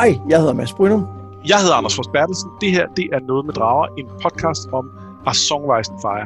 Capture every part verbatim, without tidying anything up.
Hej, jeg hedder Mads Brynum. Jeg hedder Anders Fors Bertelsen. Det her, det er Noget med Drager, en podcast om A Song of Ice and Fire.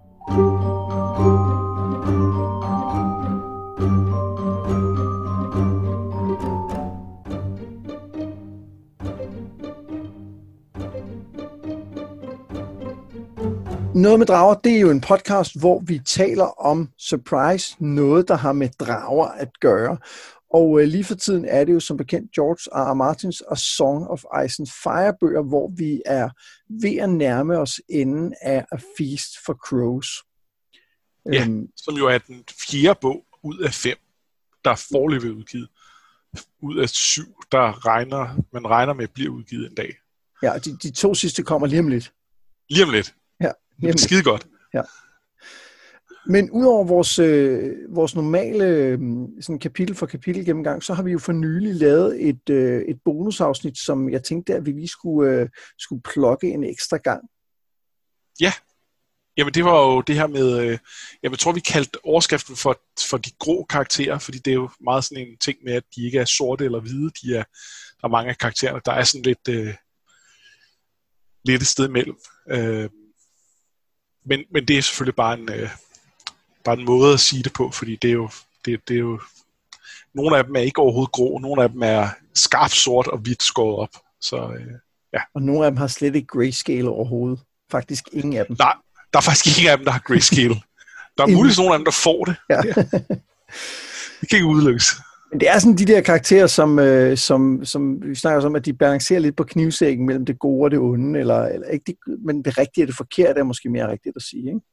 Noget med Drager, det er jo en podcast, hvor vi taler om surprise, noget der har med drager at gøre. Og øh, lige for tiden er det jo som bekendt George R. R. Martins A Song of Ice and Fire bøger, hvor vi er ved at nærme os enden af A Feast for Crows. Ja, øhm, som jo er den fjerde bog ud af fem, der er foreløbig udgivet. Ud af syv, der regner, man regner med bliver udgivet en dag. Ja, de, de to sidste kommer lige om lidt. Lige om lidt. Ja, lige om lidt. Skide godt. Ja. Men udover vores, øh, vores normale øh, sådan kapitel for kapitel gennemgang, så har vi jo for nylig lavet et, øh, et bonusafsnit, som jeg tænkte, at vi lige skulle, øh, skulle plukke en ekstra gang. Ja, jamen det var jo det her med, øh, jeg tror vi kaldte overskriften for, for de grå karakterer, fordi det er jo meget sådan en ting med, at de ikke er sorte eller hvide, de er, der er mange af karaktererne, der er sådan lidt, øh, lidt et sted imellem. Øh, men, men det er selvfølgelig bare en... Øh, Bare en måde at sige det på, fordi det er jo, det, det er jo, nogle af dem er ikke overhovedet grå, nogle af dem er skarpt sort og hvidt skåret op. Så, øh, ja. Og nogle af dem har slet ikke grayscale overhovedet. Faktisk ingen af dem. Nej, der er faktisk ingen af dem, der har grayscale. Der er muligvis nogle af dem, der får det. Ja. Det kan ikke udelukkes. Men det er sådan de der karakterer, som, øh, som, som vi snakker om, at de balancerer lidt på knivsækken mellem det gode og det onde, eller, eller ikke det, men det rigtige og det forkerte er måske mere rigtigt at sige, ikke?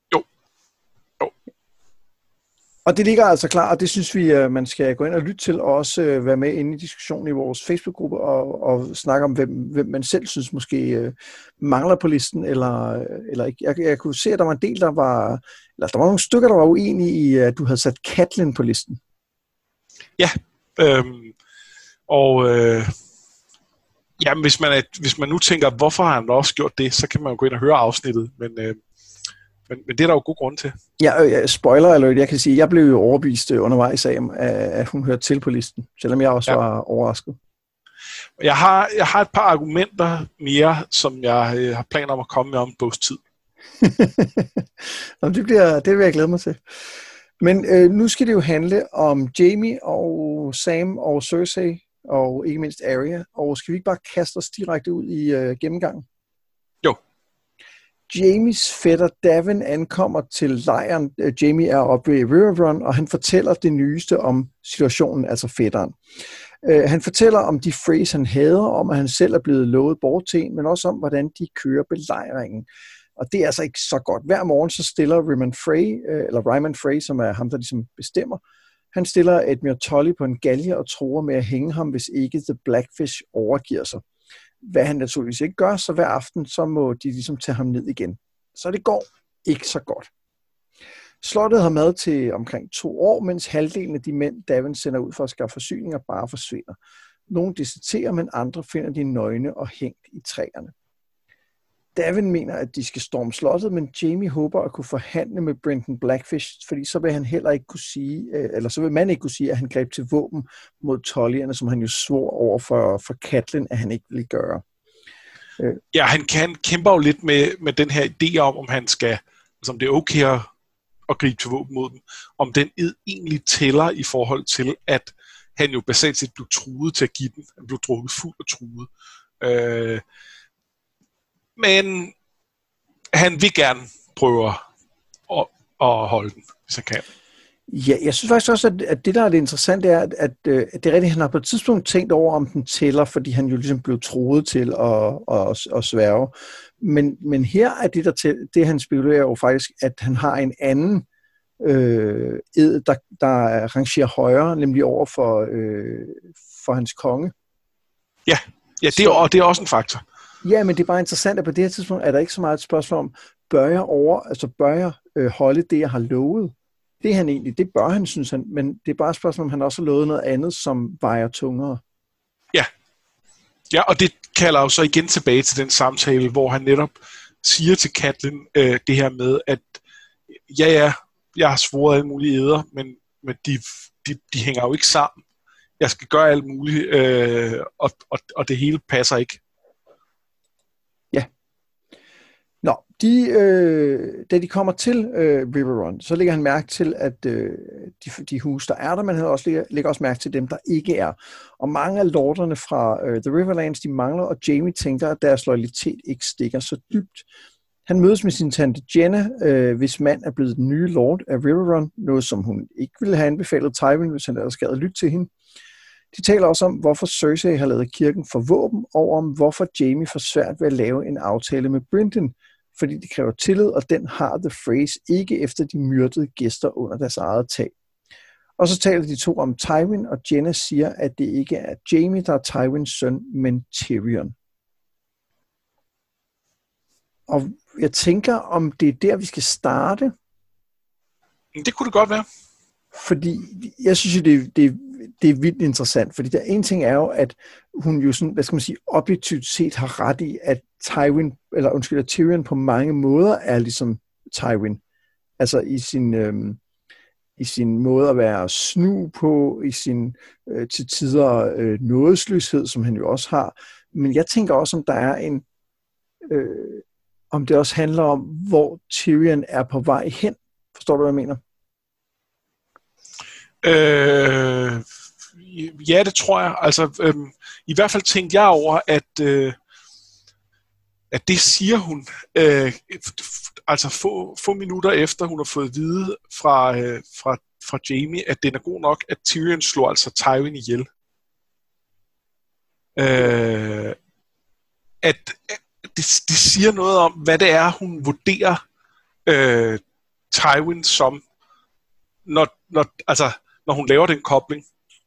Og det ligger altså klar, og det synes vi, man skal gå ind og lytte til, og også være med inde i diskussionen i vores Facebook-gruppe, og, og snakke om, hvem, hvem man selv synes måske uh, mangler på listen, eller, eller ikke. Jeg, jeg kunne se, at der var en del, der var, eller der var nogle stykker, der var uenige i, at du havde sat Catelyn på listen. Ja, øhm, og øh, jamen, hvis, man er, hvis man nu tænker, hvorfor har han også gjort det, så kan man jo gå ind og høre afsnittet, men... Øh, Men, men det er der jo god grund til. Ja, spoiler alert, jeg kan sige, jeg blev jo overbevist undervejs af, at hun hørte til på listen, selvom jeg også ja. var overrasket. Jeg har, jeg har et par argumenter mere, som jeg øh, har planer om at komme med om en bogs tid. det, bliver, det vil jeg glæde mig til. Men øh, nu skal det jo handle om Jaime og Sam og Cersei, og ikke mindst Arya. Og skal vi ikke bare kaste os direkte ud i øh, gennemgangen? Jaimes fætter Davin ankommer til lejren. Jaime er oppe ved Riverrun, og han fortæller det nyeste om situationen, altså fætteren. Uh, han fortæller om de Freys, han hader, om at han selv er blevet lovet bort til en, men også om, hvordan de kører belejringen. Og det er altså ikke så godt. Hver morgen så stiller Ryman Frey, uh, eller Ryman Frey, som er ham, der ligesom bestemmer, han stiller Edmure Tully på en galge og truer med at hænge ham, hvis ikke The Blackfish overgiver sig. Hvad han naturligvis ikke gør, så hver aften, så må de ligesom tage ham ned igen. Så det går ikke så godt. Slottet har mad til omkring to år, mens halvdelen af de mænd, Davin sender ud for at skaffe forsyninger, bare forsvinder. Nogle deserterer, men andre finder de nøgne og hængt i træerne. Davin mener, at de skal storme slottet, men Jaime håber at kunne forhandle med Brenton Blackfish, fordi så vil han heller ikke kunne sige, eller så vil man ikke kunne sige, at han greb til våben mod Tullyerne, som han jo svor over for, for Catelyn, at han ikke ville gøre. Ja, han kan, kæmper jo lidt med, med den her idé om, om han skal, altså om det er okay at, at gribe til våben mod dem, om den egentlig tæller i forhold til, at han jo basalt set blev truet til at give den. Han blev drukket fuld og truet. Øh, Men han vil gerne prøve at, at holde den, hvis han kan. Ja, jeg synes faktisk også, at, at det, der er det interessante, er, at, at, at det er rigtigt, han har på et tidspunkt tænkt over, om den tæller, fordi han jo ligesom blev troet til at, at, at sværge. Men, men her er det, der til, det han spekulerer jo faktisk, at han har en anden øh, ed, der, der rangerer højere, nemlig over for, øh, for hans konge. Ja, ja det, er, og det er også en faktor. Ja, men det er bare interessant, at på det her tidspunkt er der ikke så meget et spørgsmål om, bør jeg over, altså bør jeg øh, holde det, jeg har lovet? Det er han egentlig, det bør han, synes han, men det er bare et spørgsmål, om han også har lovet noget andet, som vejer tungere. Ja, ja, og det kalder jo så igen tilbage til den samtale, hvor han netop siger til Catelyn øh, det her med, at ja, ja, jeg har svoret alle mulige eder, men, men de, de, de hænger jo ikke sammen. jeg skal gøre alt muligt, øh, og, og, og det hele passer ikke. Ja. Nå, de, øh, da de kommer til øh, Riverrun, så lægger han mærke til, at øh, de, de huse, der er der, men han også lægger, lægger også mærke til dem, der ikke er. Og mange af lorderne fra øh, The Riverlands, de mangler, og Jaime tænker, at deres loyalitet ikke stikker så dybt. Han mødes med sin tante Jenna, øh, hvis mand er blevet den nye lord af Riverrun, noget som hun ikke ville have anbefalet Tywin, hvis han ellers gad lytte til hende. De taler også om, hvorfor Cersei har lavet kirken for våben, og om hvorfor Jaime får svært ved at lave en aftale med Brynden, fordi det kræver tillid, og den har The Freys ikke efter de myrdede gæster under deres eget tag. Og så taler de to om Tywin, og Jenna siger, at det ikke er Jaime, der er Tywins søn, men Tyrion. Og jeg tænker, om det er der, vi skal starte. Det kunne det godt være. Fordi jeg synes, det, det, det er vildt interessant, fordi der en ting er jo, at hun jo sådan, hvad skal man sige, objektivt set har ret i, at Tywin, eller undskyld, at Tyrion på mange måder er ligesom Tywin. Altså i sin, øhm, i sin måde at være snu på, i sin øh, til tider øh, nådesløshed, som han jo også har. Men jeg tænker også, om der er en, øh, om det også handler om, hvor Tyrion er på vej hen. Forstår du, hvad jeg mener? Øh, ja, det tror jeg. Altså, øh, i hvert fald tænkte jeg over, at, øh, at det siger hun, øh, altså få, få minutter efter, hun har fået at vide fra, øh, fra, fra Jaime, at den er god nok, at Tyrion slår altså Tywin ihjel. Øh, at, at det, det siger noget om, hvad det er, hun vurderer øh, Tywin som, når, når, altså, når hun laver den kobling.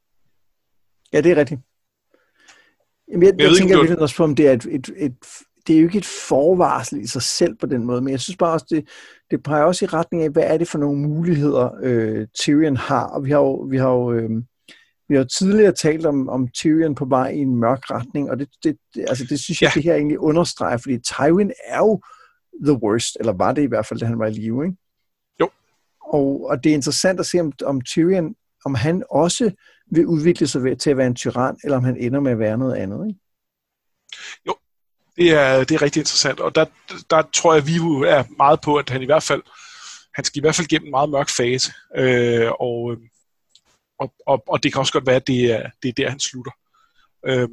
Ja, det er rigtigt. Jamen, jeg, jeg, jeg tænker virkelig også på, om det er et, et, et, det er jo ikke et forvarsel i sig selv på den måde, men jeg synes bare også, det, det peger også i retning af, hvad er det for nogle muligheder, øh, Tyrion har, og vi har jo, vi har jo, øh, vi har jo tidligere talt om, om Tyrion på vej i en mørk retning, og det, det, det, altså det synes jeg, ja. Det her egentlig understreger, fordi Tywin er jo the worst, eller var det i hvert fald, da han var i live, ikke? Jo. Og, og det er interessant at se, om, om Tyrion, om han også vil udvikle sig til at være en tyran, eller om han ender med at være noget andet, ikke? Jo, det er, det er rigtig interessant, og der, der tror jeg, vi jo er meget på, at han i hvert fald, han skal i hvert fald gennem en meget mørk fase, øh, og, og, og, og det kan også godt være, at det er, det er der, han slutter. Øh,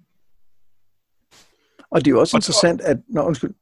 og det er jo også og, interessant, at... Nå, undskyld.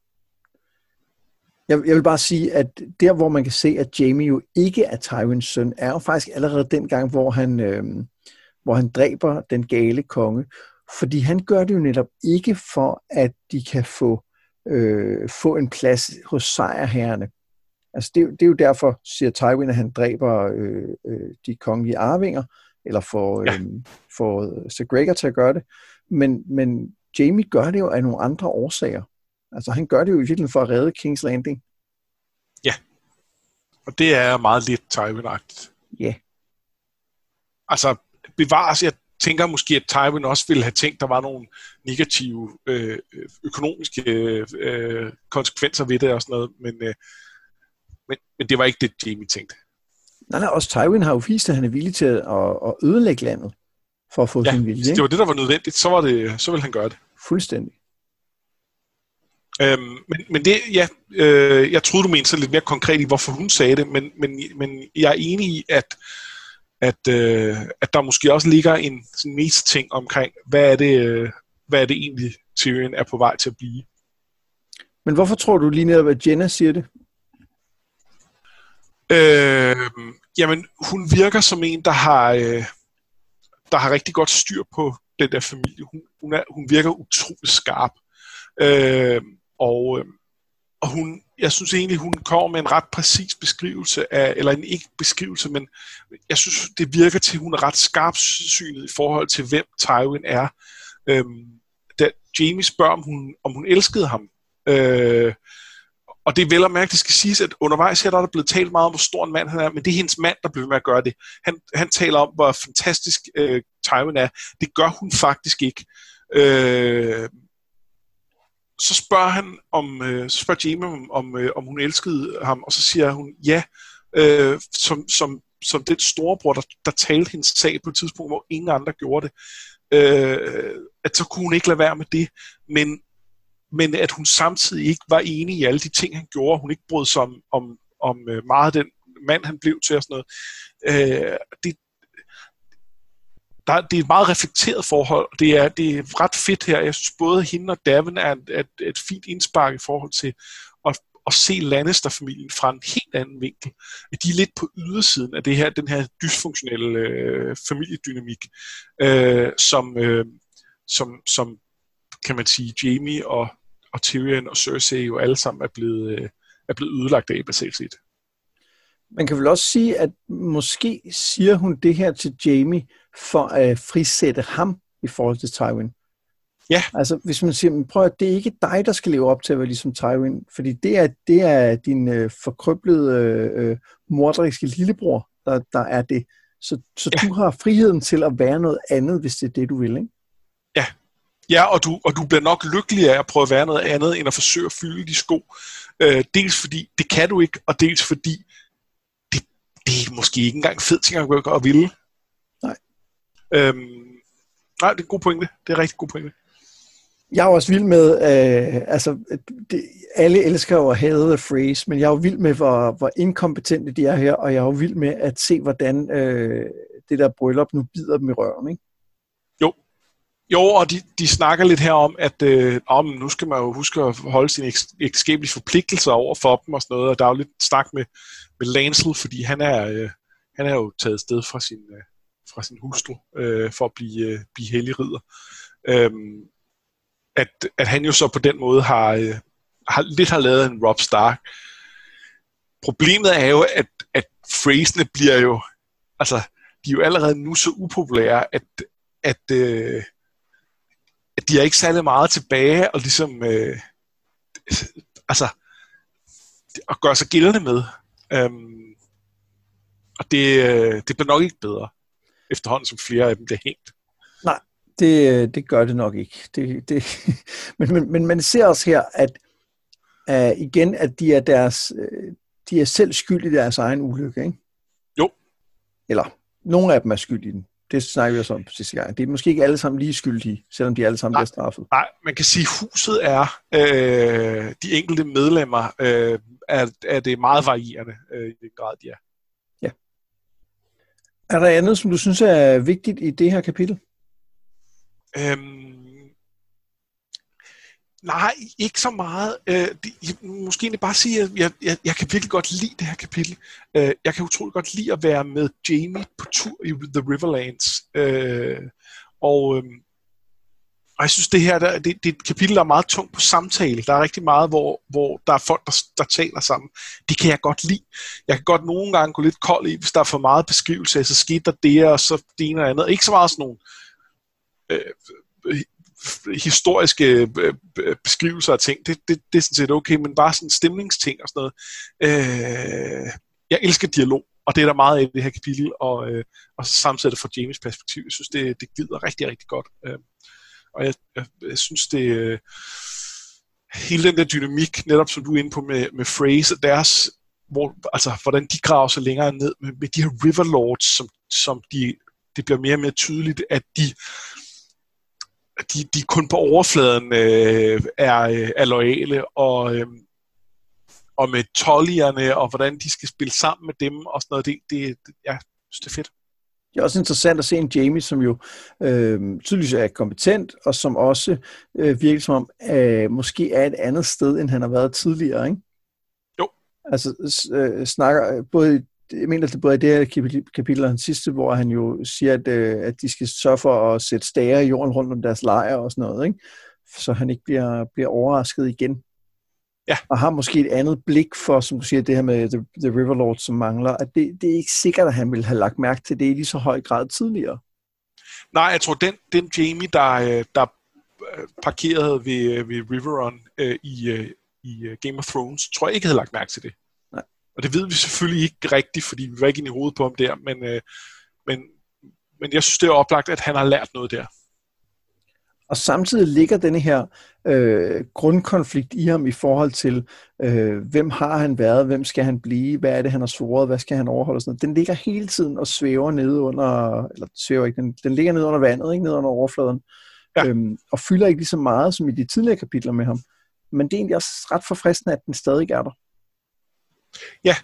Jeg, jeg vil bare sige, at der, hvor man kan se, at Jaime jo ikke er Tywins søn, er jo faktisk allerede den gang, hvor han, øh, hvor han dræber den gale konge. Fordi han gør det jo netop ikke for, at de kan få, øh, få en plads hos sejrherrerne. Altså det, det er jo derfor, siger Tywin, at han dræber øh, øh, de kongelige arvinger, eller får, øh, ja. får Sir Gregor til at gøre det. Men, men Jaime gør det jo af nogle andre årsager. Altså han gør det jo i virkeligheden for at redde King's Landing. Ja, og det er meget lidt Tywin-agtigt. Ja. Yeah. Altså bevares, jeg tænker måske, at Tywin også ville have tænkt, der var nogle negative øh, økonomiske øh, konsekvenser ved det og sådan noget, men, øh, men, men det var ikke det, Jaime tænkte. Nej, nej, også Tywin har jo vist, at han er villig til at, at ødelægge landet for at få ja, sin vilje. Ja, det var det, der var nødvendigt, så, var det, så ville han gøre det. Fuldstændig. Øhm, men, men det, ja, øh, jeg troede, du mente så lidt mere konkret i, hvorfor hun sagde det, men, men, men jeg er enig i, at, at, øh, at der måske også ligger en sådan mest ting omkring, hvad er, det, øh, hvad er det egentlig, Tyrion er på vej til at blive. Men hvorfor tror du lige netop, at Jenna siger det? Øh, jamen, hun virker som en, der har, øh, der har rigtig godt styr på den der familie. Hun, hun, er, hun virker utrolig skarp. Øh, og, øh, og hun, jeg synes egentlig, hun kommer med en ret præcis beskrivelse af, eller en ikke beskrivelse, men jeg synes, det virker til, at hun er ret skarpsynet i forhold til, hvem Tywin er. Øh, da Jaime spørger, om hun, om hun elskede ham, øh, og det er vel at mærke, det skal siges, at undervejs her der er der blevet talt meget om, hvor stor en mand han er, men det er hendes mand, der bliver med at gøre det. Han, han taler om, hvor fantastisk øh, Tywin er. Det gør hun faktisk ikke. Øh, så spørger han om, øh, så spørger Jaime om, om, øh, om hun elskede ham, og så siger hun ja, øh, som, som som den storebror, der, der talte hendes sag på et tidspunkt, hvor ingen andre gjorde det, øh, at så kunne hun ikke lade være med det, men, men at hun samtidig ikke var enig i alle de ting, han gjorde. Hun ikke brød sig om, om, om meget af den mand, han blev til og sådan noget. Øh, det, der, det er et meget reflekteret forhold. Det er, det er ret fedt her. Jeg synes både hende og Davin er et, et, et fint indspark i forhold til at, at se Lannister-familien fra en helt anden vinkel. De er lidt på ydersiden af det her, den her dysfunktionelle øh, familiedynamik, øh, som, øh, som, som, kan man sige, Jaime og, og Tyrion og Cersei jo alle sammen er blevet, øh, er blevet ødelagt af, basalt set. Man kan vel også sige, at måske siger hun det her til Jaime for at frisætte ham i forhold til Tywin. Ja. Altså, hvis man siger, men prøv at det er ikke dig, der skal leve op til at være ligesom Tywin, fordi det er, det er din øh, forkrøblede, øh, morderiske lillebror, der, der er det. Så, så ja. Du har friheden til at være noget andet, hvis det er det, du vil, ikke? Ja, ja og, du, og du bliver nok lykkelig af at prøve at være noget andet, end at forsøge at fylde de sko. Øh, dels fordi, det kan du ikke, og dels fordi, det, det er måske ikke engang fed ting at gøre og ville. Nej. Øhm, nej, det er en god pointe. Det er en rigtig god pointe. Jeg er også vild med, øh, altså, det, alle elsker jo at hade The Freys, men jeg er jo vild med, hvor, hvor inkompetente de er her, og jeg er jo vild med at se, hvordan øh, det der bryllup nu bider dem i røven, ikke? Jo, jo og de, de snakker lidt her om, at øh, om, nu skal man jo huske at holde sine ægteskabelige forpligtelser over for dem og sådan noget, og der er jo lidt snak med, med Lancel, fordi han er, øh, han er jo taget sted fra sin, øh, fra sin hustru øh, for at blive, øh, blive hellig ridder. Øhm, At, at han jo så på den måde har, øh, har lidt har lavet en Robb Stark. Problemet er jo, at, at phrasene bliver jo, altså, de er jo allerede nu så upopulære, at, at, øh, at de er ikke særlig meget tilbage, og ligesom, øh, altså, at gøre sig gældende med. Øhm, og det, øh, det bliver nok ikke bedre, efterhånden som flere af dem bliver hængt. Nej. Det, det gør det nok ikke. Det, det, men, men, men man ser også her, at uh, igen, at de er, deres, uh, de er selv skyld i deres egen ulykke, ikke? Jo. Eller, nogle af dem er skyld i den. Det snakker vi også om sidste gang. Det er måske ikke alle sammen lige skyldige, selvom de alle sammen bliver straffet. Nej, man kan sige, at huset er, øh, de enkelte medlemmer, øh, er, er det meget varierende øh, i den grad, de er. Ja. Er der andet, som du synes er vigtigt i det her kapitel? Øhm, nej, ikke så meget. Øh, det, jeg, måske egentlig bare sige, at jeg, jeg, jeg kan virkelig godt lide det her kapitel. Øh, jeg kan utroligt godt lide at være med Jaime på tur i The Riverlands. Øh, og, øh, og jeg synes, det her der, det, det er et kapitel, der er meget tungt på samtale. Der er rigtig meget, hvor, hvor der er folk, der, der taler sammen. Det kan jeg godt lide. Jeg kan godt nogle gange gå lidt kold i, hvis der er for meget beskrivelse af, så skete der det, og så det ene og andet. Ikke så meget sådan nogle Øh, historiske øh, beskrivelser af ting, det, det, det er sådan set okay, men bare sådan stemningsting og sådan noget. Øh, jeg elsker dialog, og det er der meget af i det her kapitel, og, øh, og så samtidig fra Jaimes perspektiv. Jeg synes, det, det glider rigtig, rigtig godt. Øh, og jeg, jeg, jeg synes, det øh, hele den der dynamik, netop som du er inde på med, med Freys og deres, hvor, altså, hvordan de graver sig længere ned med, med de her Riverlords, som, som de, det bliver mere og mere tydeligt, at de De, de kun på overfladen øh, er, er loyale, og, øh, og med tollierne, og hvordan de skal spille sammen med dem, og sådan noget, det, det, det, ja, det er fedt. Det er også interessant at se en Jaime, som jo øh, tydeligvis er kompetent, og som også øh, virker som om, øh, måske er et andet sted, end han har været tidligere, ikke? Jo. Altså, øh, snakker både jeg mener, det både i det her kapitel og den sidste, hvor han jo siger, at, øh, at de skal sørge for at sætte stager i jorden rundt om deres lejre og sådan noget, ikke? Så han ikke bliver, bliver overrasket igen. Ja. Og har måske et andet blik for, som du siger, det her med The, the Riverlord, som mangler, at det, det er ikke sikkert, at han ville have lagt mærke til det i lige så høj grad tidligere. Nej, jeg tror, den, den Jaime, der, der parkerede ved, ved Riverrun øh, i, i Game of Thrones, tror jeg ikke havde lagt mærke til det. Og det ved vi selvfølgelig ikke rigtigt, fordi vi var ikke inde i hovedet på ham der, men, øh, men, men jeg synes, det er oplagt, at han har lært noget der. Og samtidig ligger denne her øh, grundkonflikt i ham i forhold til, øh, hvem har han været, hvem skal han blive, hvad er det, han har svoret, hvad skal han overholde, sådan noget. Den ligger hele tiden og svæver nede under, eller svæver ikke, den, den ligger nede under vandet, ikke nede under overfladen, ja. øhm, og fylder ikke lige så meget som i de tidligere kapitler med ham. Men det er egentlig også ret forfriskende, at den stadig er der. Ja.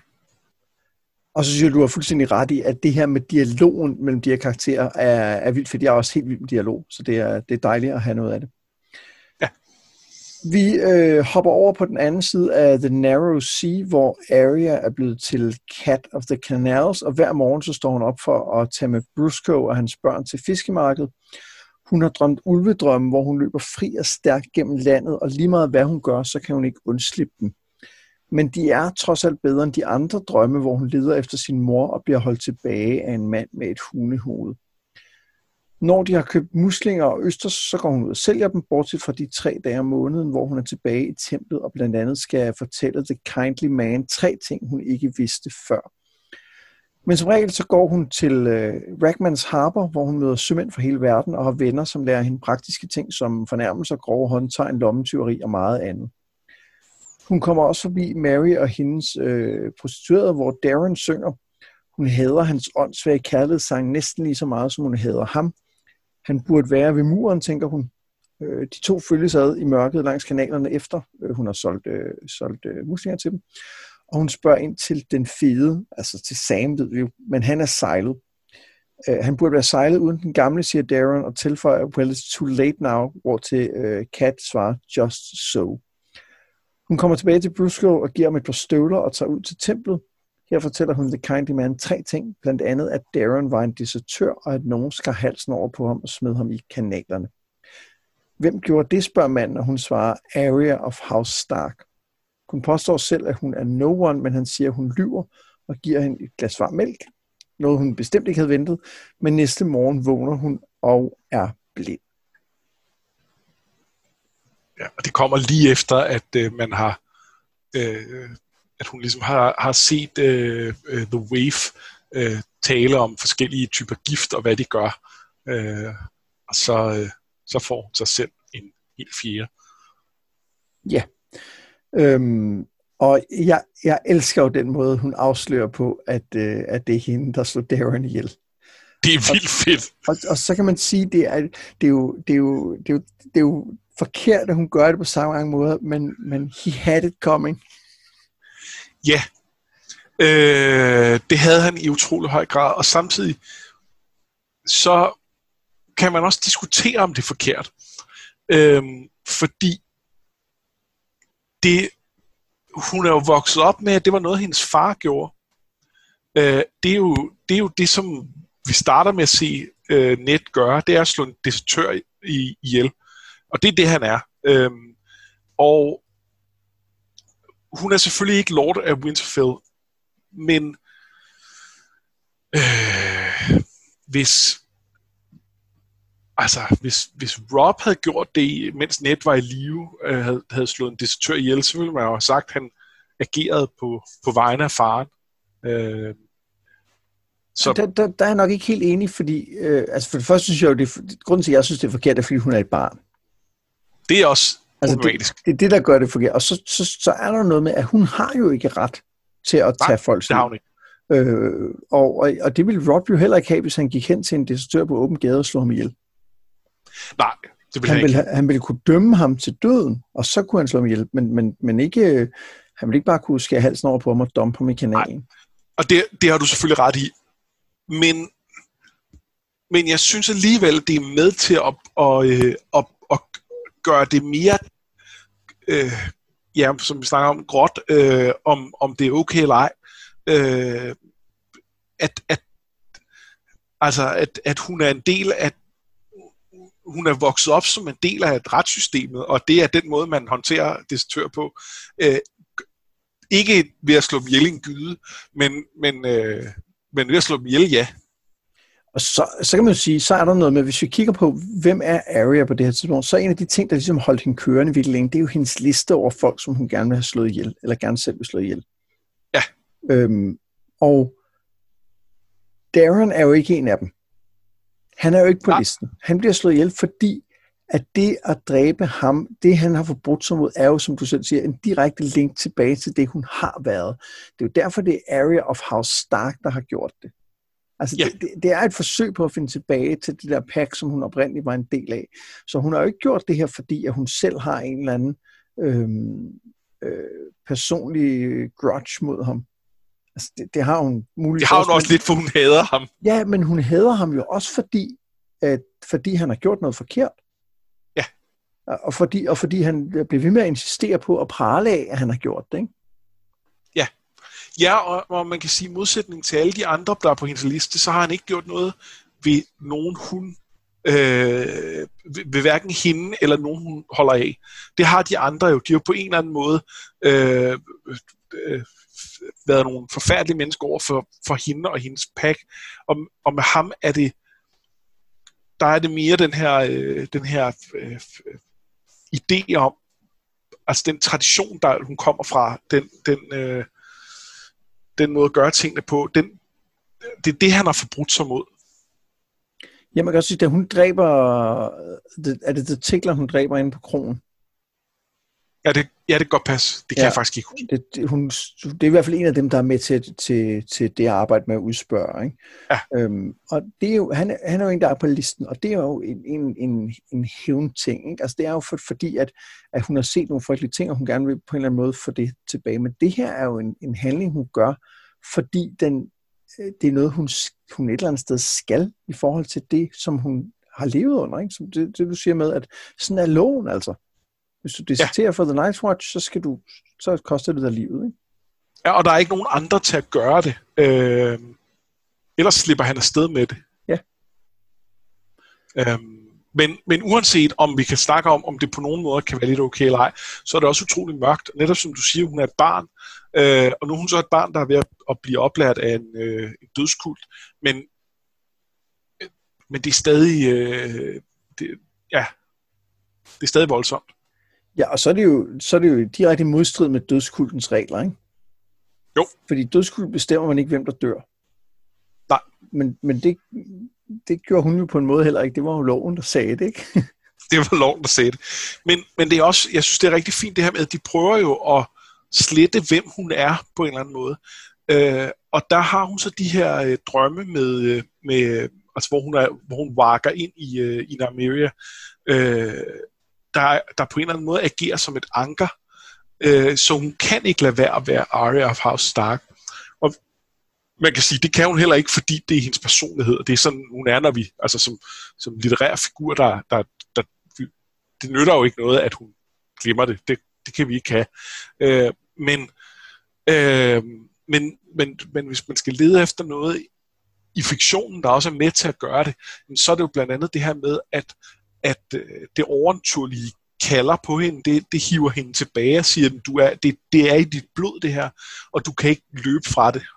Og så synes jeg, du har fuldstændig ret i, at det her med dialogen mellem de her karakterer er, er vildt fedt. Jeg er også helt vild med dialog, så det er, det er dejligt at have noget af det. Ja. Vi øh, hopper over på den anden side af The Narrow Sea, hvor Arya er blevet til Cat of the Canals, og hver morgen så står hun op for at tage med Briscoe og hans børn til fiskemarkedet. Hun har drømt ulvedrømme, hvor hun løber fri og stærkt gennem landet, og lige meget hvad hun gør, så kan hun ikke undslippe dem. Men de er trods alt bedre end de andre drømme, hvor hun leder efter sin mor og bliver holdt tilbage af en mand med et hundehoved. Når de har købt muslinger og østers, så går hun ud og sælger dem, bortset fra de tre dage om måneden, hvor hun er tilbage i templet og blandt andet skal fortælle The Kindly Man tre ting, hun ikke vidste før. Men som regel så går hun til øh, Ragmans Harbor, hvor hun møder sømænd fra hele verden og har venner, som lærer hende praktiske ting som fornærmelser, grove håndtegn, lommetyveri og meget andet. Hun kommer også forbi Mary og hendes øh, prostituerede, hvor Darren synger. Hun hader hans åndssvage kærlighedssang næsten lige så meget, som hun hader ham. Han burde være ved muren, tænker hun. Øh, de to følges ad i mørket langs kanalerne efter. Øh, hun har solgt, øh, solgt øh, muslinger til dem. Og hun spørger ind til den fede, altså til Sam, ved vi jo, men han er sejlet. Øh, han burde være sejlet uden den gamle, siger Darren, og tilføjer, well, it's too late now, hvor til øh, Kat svarer, just so. Hun kommer tilbage til Briscoe og giver ham et par støvler og tager ud til templet. Her fortæller hun The Kindly Man tre ting, blandt andet, at Darren var en desertør, og at nogen skar halsen over på ham og smed ham i kanalerne. Hvem gjorde det, spørger manden, og hun svarer, Arya of House Stark. Hun påstår selv, at hun er no one, men han siger, at hun lyver og giver hende et glas varm mælk. Noget hun bestemt ikke havde ventet, men næste morgen vågner hun og er blind. Ja, og det kommer lige efter, at øh, man har, øh, at hun ligesom har, har set øh, øh, The Wave øh, tale om forskellige typer gift og hvad de gør. Øh, og så, øh, så får hun sig selv en helt fjerde. Ja, øhm, og jeg, jeg elsker jo den måde, hun afslører på, at, øh, at det er hende, der slår Darren ihjel. Det er vildt fedt. Og, og, og så kan man sige, det er, det er jo, det er jo, det er jo, det er jo forkert, at hun gør det på samme mange måder, men, men he had it coming. Ja, øh, det havde han i utrolig høj grad, og samtidig så kan man også diskutere, om det er forkert. Øh, fordi det, hun er jo vokset op med, at det var noget, hendes far gjorde. Øh, det, er jo, det er jo det, som vi starter med at se øh, Ned gøre, det er at slå en desertør i, ihjel. Og det er det, han er. Øhm, og hun er selvfølgelig ikke Lord af Winterfell, men øh, hvis altså, hvis, hvis Robb havde gjort det, mens Ned var i live, øh, havde, havde slået en desertør ihjel, så ville man jo have sagt, at han agerede på, på vegne af faren. Øh, så der, der, der er jeg nok ikke helt enig, fordi øh, altså for det første synes jeg jo, det, grunden til, at jeg synes, det er forkert, er, fordi hun er et barn. Det er også altså det, det er det, der gør det forkert. Og så, så, så er der noget med, at hun har jo ikke ret til at Nej, tage folks liv. Øh, og, og, og det ville Robb jo heller ikke have, hvis han gik hen til en desertør på åben gade og slog ham ihjel. Nej, det ville han, han ikke. Ville, han ville kunne dømme ham til døden, og så kunne han slå ham ihjel, men, men, men ikke, han ville ikke bare kunne skære halsen over på ham og dumpe ham i kanalen. Nej. Og det, det har du selvfølgelig ret i. Men, men jeg synes alligevel, det er med til at, at, at, at, at gøre det mere, øh, ja, som vi snakker om, gråt, øh, om, om det er okay eller ej. Øh, at, at, altså, at, at hun er en del af, hun er vokset op som en del af et retssystemet, og det er den måde, man håndterer desertør på. Øh, ikke ved at slå dem ihjel i en gyde, men, men, øh, men ved at slå dem ihjel, ja. Og så, så kan man jo sige, så er der noget med, hvis vi kigger på, hvem er Arya på det her tidspunkt, så er en af de ting, der ligesom holdt hende kørende virkelig længe, det er jo hendes liste over folk, som hun gerne vil have slået ihjel, eller gerne selv vil slå ihjel. Ja. Øhm, og Darren er jo ikke en af dem. Han er jo ikke på ja. listen. Han bliver slået ihjel, fordi at det at dræbe ham, det han har forbrudt sig mod, er jo, som du selv siger, en direkte link tilbage til det, hun har været. Det er jo derfor, det er Arya of House Stark, der har gjort det. Altså, ja. det, det, det er et forsøg på at finde tilbage til det der pack, som hun oprindeligt var en del af. Så hun har jo ikke gjort det her, fordi at hun selv har en eller anden øhm, øh, personlig grudge mod ham. Altså, det, det har hun muligvis. Det har hun også, også lidt, for hun hader ham. Ja, men hun hader ham jo også, fordi, at, fordi han har gjort noget forkert. Ja. Og fordi, og fordi han bliver ved med at insistere på at prale af, at han har gjort det, ikke? Ja. Ja, og, og man kan sige, i modsætning til alle de andre, der er på hendes liste, så har han ikke gjort noget ved nogen hun, øh, ved, ved hverken hende eller nogen hun holder af. Det har de andre jo. De har jo på en eller anden måde øh, øh, været nogle forfærdelige mennesker over for, for hende og hendes pack. Og, og med ham er det, der er det mere den her, øh, den her øh, idé om, altså den tradition, der hun kommer fra, den, den, øh, den måde at gøre tingene på, den, det er det, han har forbrudt sig mod. Ja, man kan også sige, at hun dræber, er det det Tickler, hun dræber inde på kronen? Ja, det, ja, det kan godt passe. Det kan ja, jeg faktisk ikke huske. Det, det, hun, det er i hvert fald en af dem, der er med til, til, til det arbejde med at udspørge. Ikke? Ja. Øhm, og det er jo, han, han er jo en, der er på listen, og det er jo en, en, en, en hævn-ting. Ikke? Altså, det er jo for, fordi, at, at hun har set nogle frygtelige ting, og hun gerne vil på en eller anden måde få det tilbage. Men det her er jo en, en handling, hun gør, fordi den, det er noget, hun, hun et eller andet sted skal i forhold til det, som hun har levet under. Ikke? Som det, det, du siger med, at sådan er loven altså. Hvis du deserterer ja. for The Night's Watch, så, skal du, så koster det dig livet. Ikke? Ja, og der er ikke nogen andre til at gøre det. Øh, ellers slipper han afsted med det. Ja. Øh, men, men uanset om vi kan snakke om, om det på nogen måde kan være lidt okay eller ej, så er det også utrolig mørkt. Netop som du siger, hun er et barn. Øh, og nu er hun så et barn, der er ved at, at blive oplært af en, øh, en dødskult. Men, men det er stadig... Øh, det, ja, det er stadig voldsomt. Ja, og så er det jo, så er det jo direkte i modstrid med dødskultens regler, ikke? Jo. Fordi dødskult bestemmer man ikke, hvem der dør. Nej. Men, men det, det gjorde hun jo på en måde heller ikke. Det var jo loven, der sagde det, ikke? Det var loven, der sagde det. Men, men det er også, jeg synes, det er rigtig fint det her med, at de prøver jo at slette, hvem hun er på en eller anden måde. Øh, og der har hun så de her øh, drømme med, med altså hvor hun, er, hvor hun vakker ind i, øh, i Nymeria, øh, der, der på en eller anden måde agerer som et anker, øh, så hun kan ikke lade være at være Arya of House Stark. Og man kan sige, det kan hun heller ikke, fordi det er hendes personlighed, og det er sådan, hun er, når vi, altså som, som litterær figur, der, der, der, det nytter jo ikke noget, at hun glemmer det. Det, det kan vi ikke have. Øh, men, øh, men, men, men hvis man skal lede efter noget i fiktionen, der også er med til at gøre det, så er det jo blandt andet det her med, at at det overnaturlige kalder på hende, det, det hiver hende tilbage og siger, du er, det, det er i dit blod det her, og du kan ikke løbe fra det.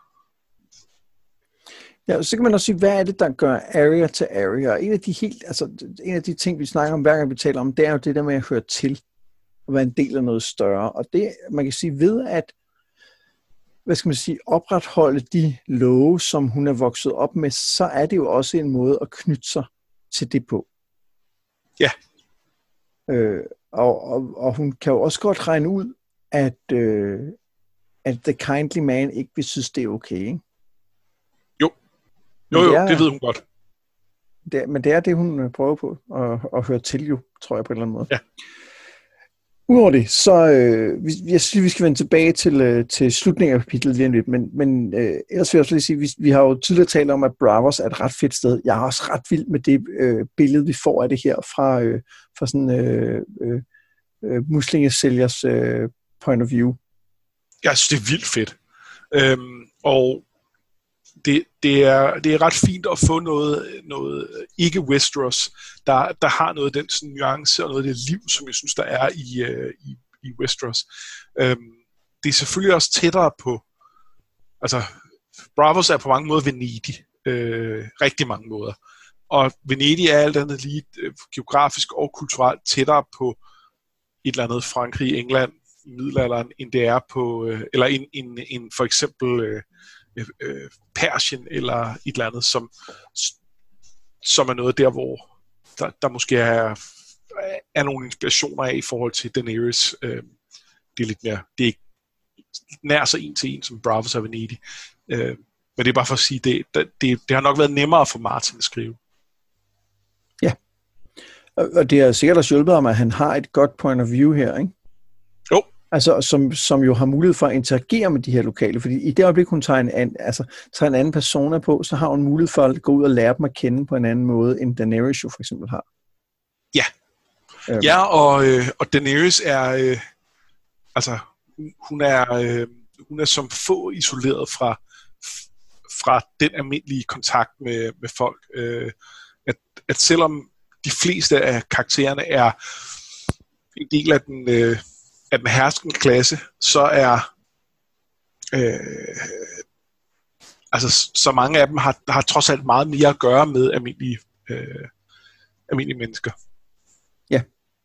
Ja, så kan man også sige, hvad er det, der gør Arya til Arya? En af de helt, altså en af de ting, vi snakker om, hver gang vi taler om, det er jo det der med at høre til, og være en del af noget større. Og det, man kan sige, ved at, hvad skal man sige, opretholde de love, som hun er vokset op med, så er det jo også en måde at knytte sig til det på. Ja. Øh, og, og, og hun kan jo også godt regne ud, at, øh, at The Kindly Man ikke vil synes, det er okay, ikke? Jo, jo, jo, det, er, det ved hun godt. Det, men det er det, hun prøver på at, at høre til, jo, tror jeg på en eller anden måde. Ja. Udover det, så øh, jeg synes, vi skal vende tilbage til, øh, til slutningen af kapitlet lige lidt, men, men øh, ellers vil jeg også lige sige, vi, vi har jo tidligere talt om, at Braavos er et ret fedt sted. Jeg er også ret vild med det øh, billede, vi får af det her fra, øh, fra sådan øh, øh, muslingesælgers øh, point of view. Jeg synes, det er vildt fedt. Øhm, og det, det, er, det er ret fint at få noget, noget ikke Westeros, der, der har noget af den sådan, nuance og noget af det liv, som jeg synes, der er i, uh, i, i Westeros. Øhm, det er selvfølgelig også tættere på, altså Braavos er på mange måder Venedig, øh, rigtig mange måder. Og Venedig er alt andet lige øh, geografisk og kulturelt tættere på et eller andet Frankrig, England i middelalderen, end det er på, øh, eller end, end, end for eksempel øh, øh, Persien eller et eller andet, som, som er noget der, hvor der, der måske er er nogle inspirationer af i forhold til Daenerys. Øh, det er lidt mere, det er ikke nær så en til en som Bravos af Venedig. Øh, men det er bare for at sige, det, det, det, det har nok været nemmere for Martin at skrive. Ja, og det er sikkert også hjulpet om, at han har et godt point of view her, ikke? Jo. Altså, som, som jo har mulighed for at interagere med de her lokale, fordi i det øjeblik, hun tager en, an, altså, tager en anden persona på, så har hun mulighed for at gå ud og lære dem at kende på en anden måde, end Daenerys jo for eksempel har. Ja, øhm. ja og, øh, og Daenerys er, øh, altså, hun er, øh, hun er som få isoleret fra, fra den almindelige kontakt med, med folk. Øh, at, at selvom de fleste af karaktererne er en del af den... Øh, af den herskende klasse, så er øh, altså så mange af dem har, har trods alt meget mere at gøre med almindelige, øh, almindelige mennesker. Ja.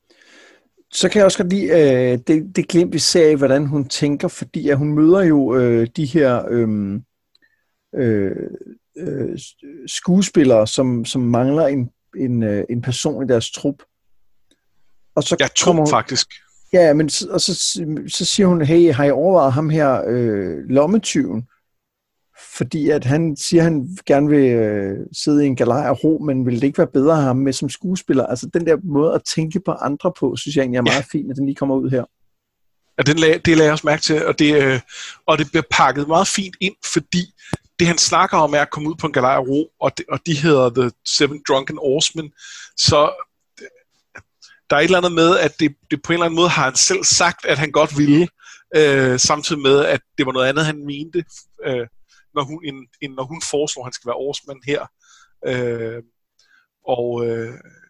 Så kan jeg også godt lide øh, det, det glimt, vi ser i, hvordan hun tænker, fordi at hun møder jo øh, de her øh, øh, øh, skuespillere, som, som mangler en, en, øh, en person i deres trup. Og så ja, to hun, faktisk. Ja, men og så, så siger hun, hey, har I overvejet ham her øh, lommetyven? Fordi at han siger, at han gerne vil øh, sidde i en galej og ro, men vil det ikke være bedre at have ham med som skuespiller? Altså den der måde at tænke på andre på, synes jeg egentlig er meget ja. fint, at den lige kommer ud her. Ja, den lag, det lader jeg også mærke til, og det, øh, og det bliver pakket meget fint ind, fordi det han snakker om er at komme ud på en galej og ro, og, det, og de hedder The Seven Drunken Oarsmen, så der er et eller andet med, at det, det på en eller anden måde har han selv sagt, at han godt ville, øh, samtidig med, at det var noget andet, han mente, øh, når, hun, end, end når hun foreslår, at han skal være årsmand her. Øh, og øh,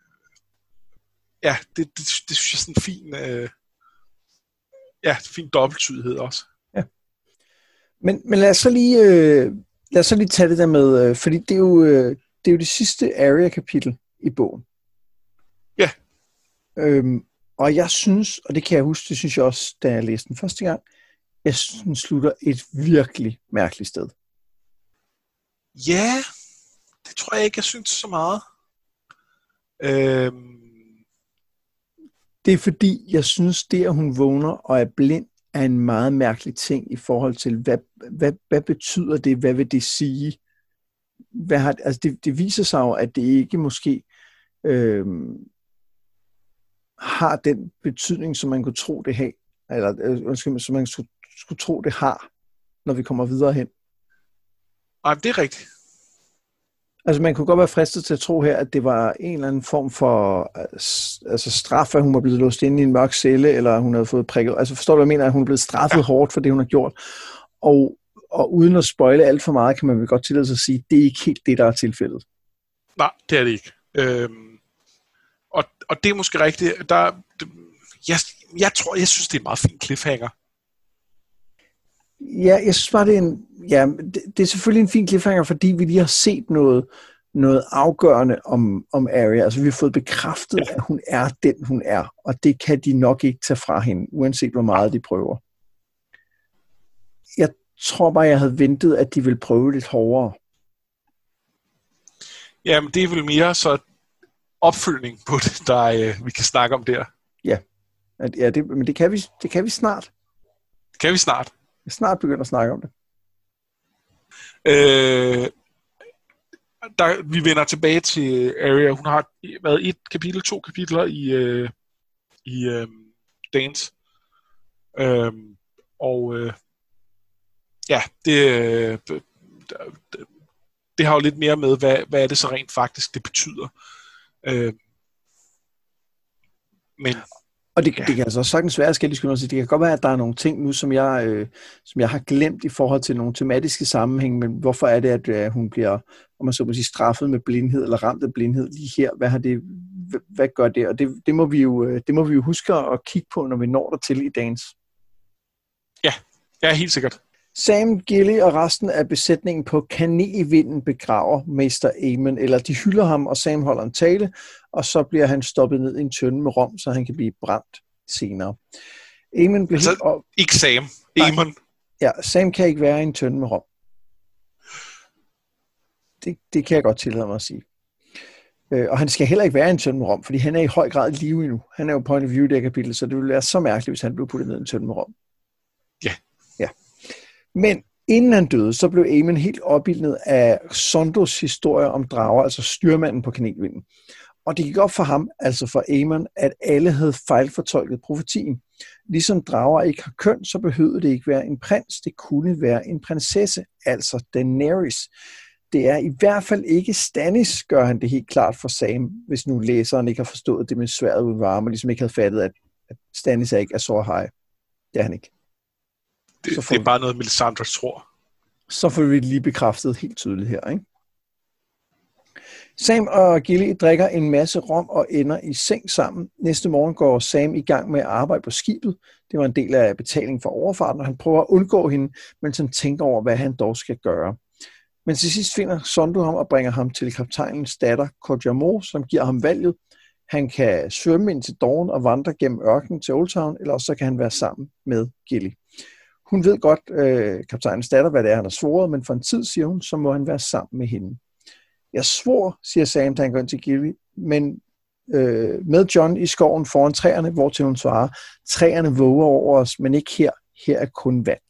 ja, det, det, det synes jeg er sådan en fin, øh, ja, fin dobbelttydighed også. Ja. Men, men lad os så lige, øh, lad os så lige tage det der med, øh, fordi det er jo, øh, det er jo det sidste Arya-kapitel i bogen. Ja. Øhm, og jeg synes, og det kan jeg huske, det synes jeg også, da jeg læste den første gang, jeg synes, den slutter et virkelig mærkeligt sted. Ja, det tror jeg ikke, jeg synes så meget. Øhm. Det er fordi, jeg synes, det at hun vågner og er blind, er en meget mærkelig ting i forhold til, hvad, hvad, hvad betyder det, hvad vil det sige? Hvad har, altså det, det viser sig jo, at det ikke måske øhm, har den betydning, som man kunne tro, det har, eller øh, som man skulle, skulle tro, det har, når vi kommer videre hen. Nej, det er rigtigt. Altså man kunne godt være fristet til at tro her, at det var en eller anden form for altså straf, at hun var blevet låst inde i en mørk celle, eller hun havde fået prikket. Altså forstår du, hvad jeg mener? At hun er blevet straffet ja. hårdt for det, hun har gjort. Og, og uden at spoile alt for meget, kan man vel godt tillade sig at sige, at det er ikke helt det, der er tilfældet. Nej, det er det ikke. Øhm, og, og det er måske rigtigt. Der, det, jeg, jeg tror, jeg synes, det er en meget fin cliffhanger. Ja, jeg synes bare, det er en, ja, det, det er selvfølgelig en fin cliffhanger, fordi vi lige har set noget, noget afgørende om, om Arya. Altså, vi har fået bekræftet, ja. at hun er den, hun er, og det kan de nok ikke tage fra hende, uanset hvor meget de prøver. Jeg tror bare, jeg havde ventet, at de ville prøve lidt hårdere. Jamen, det er vel mere så opfølgning på det, der øh, vi kan snakke om der. Ja, ja det, men det kan, vi, det kan vi snart. Det kan vi snart. Jeg snart begynder at snakke om det. Øh, der, vi vender tilbage til Arya. Hun har været et kapitel, to kapitler i, øh, i øh, Dance. Øh, og øh, ja, det, øh, det, det har jo lidt mere med, hvad, hvad er det så rent faktisk, det betyder. Øh, men Og det, ja. det kan altså også sagtens være, skal jeg lige sige. Det kan godt være, at der er nogle ting nu, som jeg, øh, som jeg har glemt i forhold til nogle tematiske sammenhæng, men hvorfor er det, at øh, hun bliver, om man så må sige, straffet med blindhed, eller ramt af blindhed lige her? Hvad, har det, hvad, hvad gør det? Og det, det, må vi jo, det må vi jo huske at kigge på, når vi når der til i dagens. Ja, ja, helt sikkert. Sam, Gilly og resten af besætningen på Kanelvinden begraver Mester Aemon, eller de hylder ham, og Sam holder en tale, og så bliver han stoppet ned i en tønde med rom, så han kan blive brændt senere. Aemon bliver altså, helt op... ikke Sam, Aemon. Ja, Sam kan ikke være i en tønde med rom. Det, det kan jeg godt tillade mig at sige. Øh, og han skal heller ikke være en tønde med rom, fordi han er i høj grad i live endnu. Han er jo point of view i det kapitel, så det ville være så mærkeligt, hvis han blev puttet ned i en tønde med rom. Ja. Ja. Men inden han døde, så blev Aemon helt opildnet af Sondos historie om drager, altså styrmanden på kanelvinden. Og det gik op for ham, altså for Aemon, at alle havde fejlfortolket profetien. Ligesom drager ikke har køn, så behøvede det ikke være en prins, det kunne være en prinsesse, altså Daenerys. Det er i hvert fald ikke Stannis, gør han det helt klart for Sam, hvis nu læseren ikke har forstået det med sværet uden varme, og ligesom ikke havde fattet, at, at Stannis er ikke Azor Ahai. Det er han ikke. Det, det er bare noget, Melisandre tror. Så får vi det lige bekræftet helt tydeligt her, ikke? Sam og Gilly drikker en masse rom og ender i seng sammen. Næste morgen går Sam i gang med at arbejde på skibet. Det var en del af betalingen for overfarten, og han prøver at undgå hende, mens han tænker over, hvad han dog skal gøre. Men til sidst finder Sondo ham og bringer ham til kaptajnens datter, Kodja Mor, som giver ham valget. Han kan svømme ind til Dawn og vandre gennem ørkenen til Old Town, eller også så kan han være sammen med Gilly. Hun ved godt, øh, kaptajnens datter, hvad det er, han har svoret, men for en tid, siger hun, så må han være sammen med hende. Jeg svor, siger Sam, da han går ind til Gilly, men øh, med Jon i skoven foran træerne, hvor til hun svarer, træerne våger over os, men ikke her. Her er kun vand.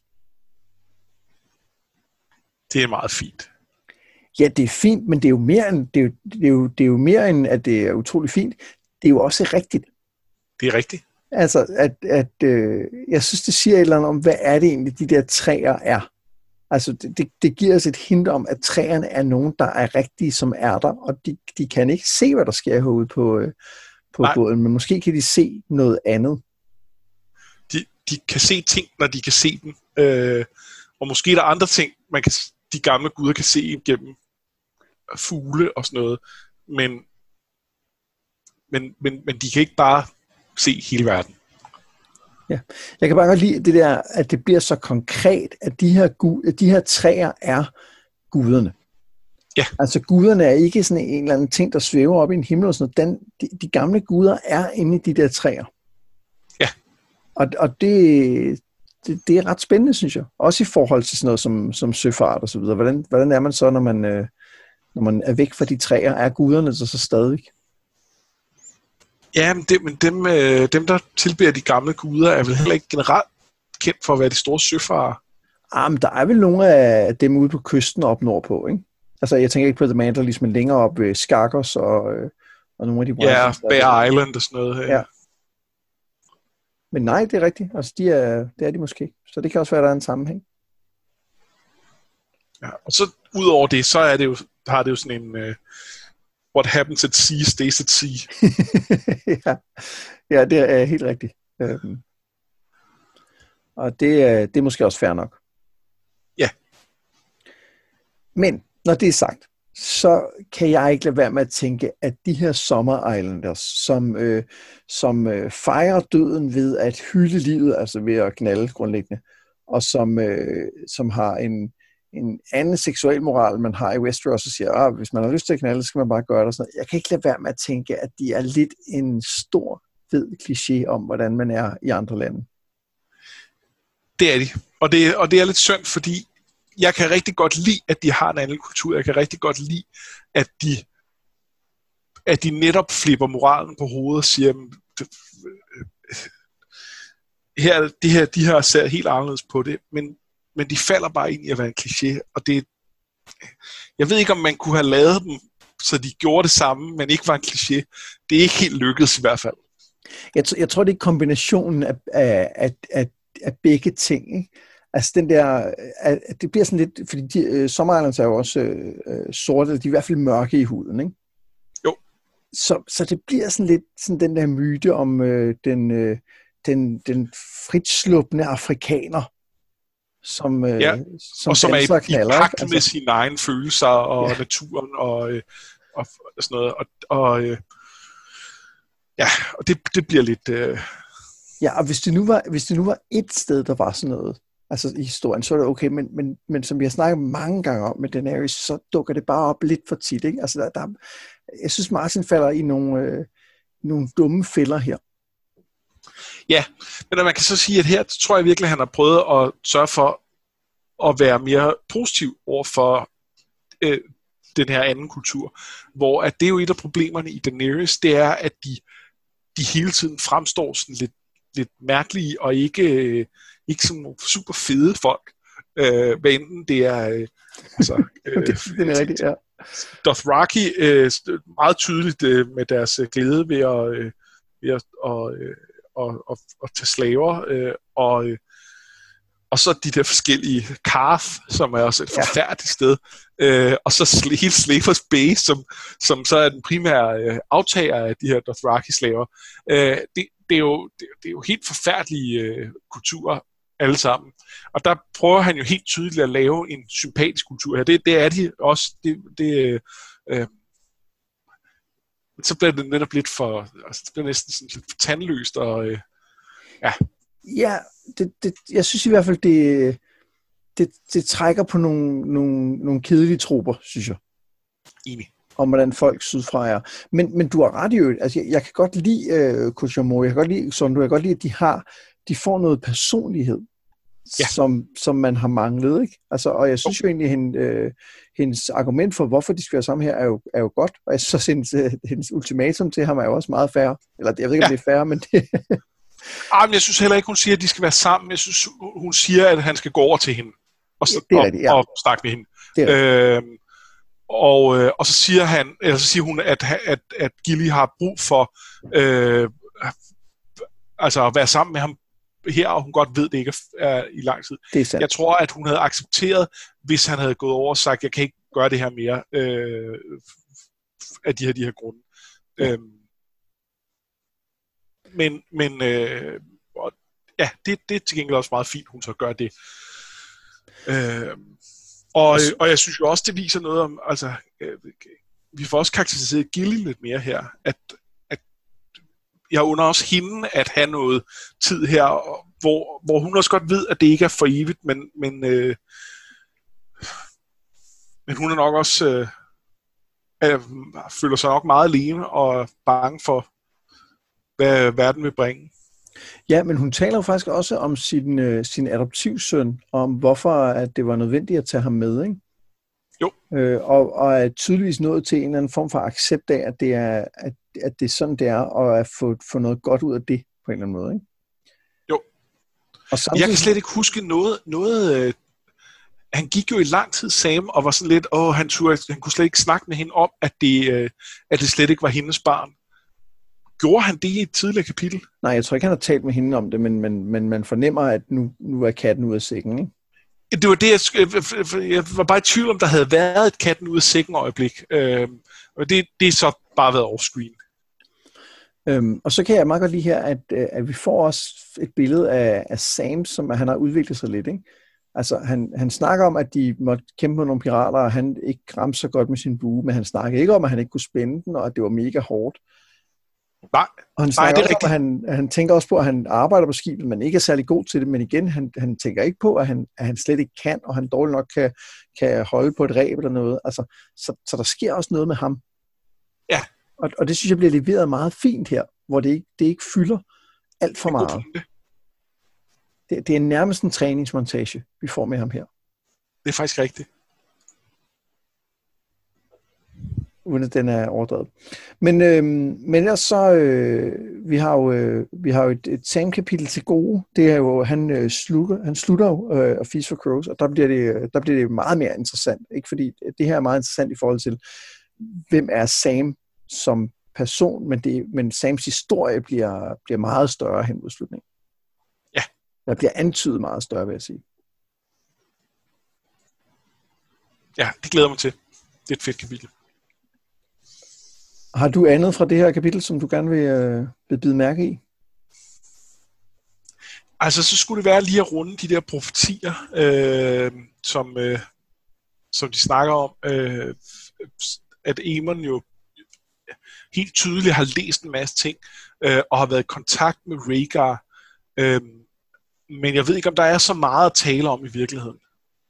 Det er meget fint. Ja, det er fint, men det er jo mere end, det er jo, det er jo, det er jo mere end at det er utroligt fint. Det er jo også rigtigt. Det er rigtigt. Altså, at, at øh, jeg synes, det siger et eller andet om, hvad er det egentlig, de der træer er. Altså, det, det, det giver os et hint om, at træerne er nogen, der er rigtige, som er der, og de, de kan ikke se, hvad der sker herude på, øh, på båden, men måske kan de se noget andet. De, de kan se ting, når de kan se dem, øh, og måske er der andre ting, man kan, de gamle guder kan se igennem fugle og sådan noget, men, men, men, men de kan ikke bare se hele verden. Ja. Jeg kan bare godt lide det der, at det bliver så konkret, at de her, gu- at de her træer er guderne. Ja. Altså guderne er ikke sådan en eller anden ting, der svæver op i en himmel og sådan noget. Den, de, de gamle guder er inde i de der træer. Ja. Og, og det, det, det er ret spændende, synes jeg. Også i forhold til sådan noget som, som søfart og så videre. Hvordan, hvordan er man så, når man, øh, når man er væk fra de træer? Er guderne så, så stadig? Ja, men, det, men dem, øh, dem, der tilbeder de gamle guder, er vel heller ikke generelt kendt for at være de store søfarere. Ah, men der er vel nogle af dem ude på kysten op nordpå, ikke? Altså, jeg tænker ikke på The Mantle, ligesom længere op ved Skargos og, øh, og nogle af de... Ja, Bear Island og sådan noget. Ja. Ja. Men nej, det er rigtigt. Altså, de er, det er de måske. Så det kan også være, der er en sammenhæng. Ja, og så ud over det, så er det jo, har det jo sådan en... Øh, what happens at sea stays at sea. ja. ja, det er helt rigtigt. Øhm. Og det er, det er måske også fair nok. Ja. Men når det er sagt, så kan jeg ikke lade være med at tænke, at de her Summer Islanders, som, øh, som øh, fejrer døden ved at hylde livet, altså ved at knalde grundlæggende, og som, øh, som har en, en anden seksuel moral, man har i Westeros, og siger, at hvis man har lyst til at knalde, så skal man bare gøre det. Sådan. Jeg kan ikke lade være med at tænke, at de er lidt en stor, fed kliché om, hvordan man er i andre lande. Det er de. Og det, og det er lidt synd, fordi jeg kan rigtig godt lide, at de har en anden kultur. Jeg kan rigtig godt lide, at de, at de netop flipper moralen på hovedet og siger, her, det her, de her ser helt anderledes på det, men, men de falder bare ind i at være en kliché. Og det, jeg ved ikke, om man kunne have lavet dem, så de gjorde det samme, men ikke var en kliché. Det er ikke helt lykkedes i hvert fald. Jeg, t- jeg tror, det er kombinationen af, af, af, af, af begge ting, ikke? Altså den der, at det bliver sådan lidt, fordi de, uh, Summer Islands er jo også uh, sorte, de er i hvert fald mørke i huden, ikke? Jo. Så, så det bliver sådan lidt sådan den der myte om uh, den, uh, den, den fritslupne afrikaner, som, uh, ja. som, og som er i, knaller, i pagt altså. med sine egne følelser og ja. naturen og, øh, og, og sådan noget. Og, og øh, ja, og det, det bliver lidt... Øh... Ja, og hvis det, nu var, hvis det nu var et sted, der var sådan noget, altså i historien, så er det okay, men, men, men som vi har snakket mange gange om med Daenerys, så dukker det bare op lidt for tit, ikke? Altså der, der, jeg synes, Martin falder i nogle, øh, nogle dumme fælder her. Ja, men man kan så sige, at her tror jeg virkelig, at han har prøvet at sørge for at være mere positiv over for øh, den her anden kultur, hvor at det er jo et af problemerne i Daenerys, det er, at de, de hele tiden fremstår sådan lidt, lidt mærkelige, og ikke, øh, ikke som nogle super fede folk, øh, hvad enten det er øh, altså, øh, det, det er rigtigt, ja. Dothraki øh, meget tydeligt øh, med deres glæde ved at, øh, ved at og, øh, og, og, og tage slaver, øh, og øh, og så de der forskellige Karth, som er også et ja. forfærdeligt sted, øh, og så sl- hele Slavers Base, som, som så er den primære øh, aftager af de her Dothraki-slaver. Øh, det, det, er jo, det, det er jo helt forfærdelige øh, kulturer alle sammen. Og der prøver han jo helt tydeligt at lave en sympatisk kultur her. Det, det er de også. Det, det, øh, så bliver det netop lidt for, altså, det bliver næsten sådan lidt for tandløst, og øh, ja. Ja, det, det, jeg synes i hvert fald, det, det, det trækker på nogle, nogle, nogle kedelige troper, synes jeg. Enig. Om hvordan folk sydfra er. Men, men du har ret i øvrigt. Altså, jeg, jeg kan godt lide uh, Kojomo, jeg kan godt lide Sondru, jeg kan godt lide, at de har, de får noget personlighed, ja. som, som man har manglet, ikke? Altså, og jeg synes jo egentlig, at hende, øh, hendes argument for, hvorfor de skal være sammen her, er jo, er jo godt. Og jeg synes, hendes, øh, hendes ultimatum til ham er jo også meget fair. Eller jeg ved ikke, om ja. det er fair, men det... Ah, men jeg synes heller ikke, hun siger, at de skal være sammen. Jeg synes, hun siger, at han skal gå over til hende og, ja, det er det, ja. og, og snakke med hende. Øhm, og, øh, og så siger han, eller så siger hun, at, at, at Gilly har brug for øh, altså at være sammen med ham her, og hun godt ved, det ikke er i lang tid. Jeg tror, at hun havde accepteret, hvis han havde gået over og sagt, jeg kan ikke gøre det her mere øh, af de her, de her grunde. Ja. Øhm, Men, men øh, ja, det, det er til gengæld også meget fint, hun så gør det. Øh, og, og jeg synes jo også, det viser noget om, altså, øh, vi får også karakteriseret Gilly lidt mere her, at, at jeg under også hende at have noget tid her, hvor, hvor hun også godt ved, at det ikke er for evigt, men, men, øh, men hun er nok også, øh, øh, føler sig nok meget alene og bange for, hvad verden vil bringe. Ja, men hun taler jo faktisk også om sin, øh, sin adoptivsøn, om hvorfor at det var nødvendigt at tage ham med, ikke? Jo. Øh, og, og er tydeligvis nået til en eller anden form for accept af, at det er, at, at det er sådan, det er, og at få, få noget godt ud af det, på en eller anden måde, ikke? Jo. Og samtidig... Jeg kan slet ikke huske noget... noget øh... Han gik jo i lang tid Sam, og var sådan lidt, åh, han, turde, han kunne slet ikke snakke med hende om, at det, øh, at det slet ikke var hendes barn. Gjorde han det i et tidligere kapitel? Nej, jeg tror ikke, han har talt med hende om det, men, men, men man fornemmer, at nu, nu er katten ude af sækken, ikke? Det var det, jeg, jeg var bare i tvivl om, der havde været et katten ude af sækken øjeblik. Øhm, og det, det er så bare været offscreen. Øhm, og så kan jeg meget godt lide her, at, at vi får også et billede af, af Sam, som han har udviklet sig lidt, ikke? Altså, han, han snakker om, at de måtte kæmpe med nogle pirater, og han ikke ramte så godt med sin bue, men han snakker ikke om, at han ikke kunne spænde den, og at det var mega hårdt. Nej, og han, nej, det er også, at han, han tænker også på, at han arbejder på skibet, men ikke er særlig god til det. Men igen, han, han tænker ikke på, at han, at han slet ikke kan, og han dårligt nok kan, kan holde på et reb eller noget. Altså, så, så der sker også noget med ham. Ja. Og, og det synes jeg bliver leveret meget fint her, hvor det ikke, det ikke fylder alt for meget. Det, det er nærmest en træningsmontage, vi får med ham her. Det er faktisk rigtigt. Uden at den er overdrevet. Men, øh, men ellers så, øh, vi har jo, øh, vi har jo et, et Sam-kapitel til gode. Det er jo, han, øh, slutter, han slutter jo øh, og Feast for Crows, og der bliver, det, der bliver det meget mere interessant. Ikke fordi det her er meget interessant i forhold til, hvem er Sam som person, men, det, men Sams historie bliver, bliver meget større hen mod slutningen. Ja. Der bliver antydet meget større, vil jeg sige. Ja, det glæder mig til. Det er et fedt kapitel. Har du andet fra det her kapitel, som du gerne vil, øh, vil bide mærke i? Altså, så skulle det være lige at runde de der profetier, øh, som, øh, som de snakker om, øh, at Aemon jo helt tydeligt har læst en masse ting, øh, og har været i kontakt med Rhaegar. Øh, men jeg ved ikke, om der er så meget at tale om i virkeligheden.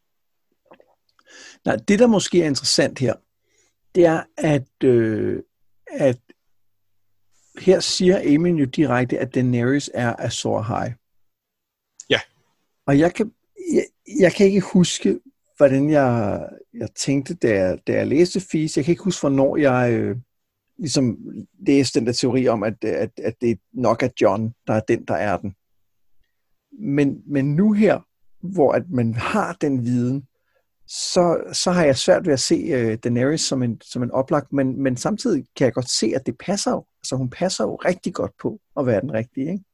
Nej, det der måske er interessant her, det er, at, øh, at her siger Aemon jo direkte, at Daenerys er Azor Ahai. Ja. Og jeg kan, jeg, jeg kan ikke huske, hvordan jeg, jeg tænkte, da jeg, da jeg læste Feast. Jeg kan ikke huske, hvornår jeg øh, ligesom læste den der teori om, at, at, at det nok er Jon, der er den, der er den. Men, men nu her, hvor at man har den viden, så, så har jeg svært ved at se uh, Daenerys som en, som en oplagt, men, men samtidig kan jeg godt se, at det passer jo. Altså hun passer jo rigtig godt på at være den rigtige, ikke?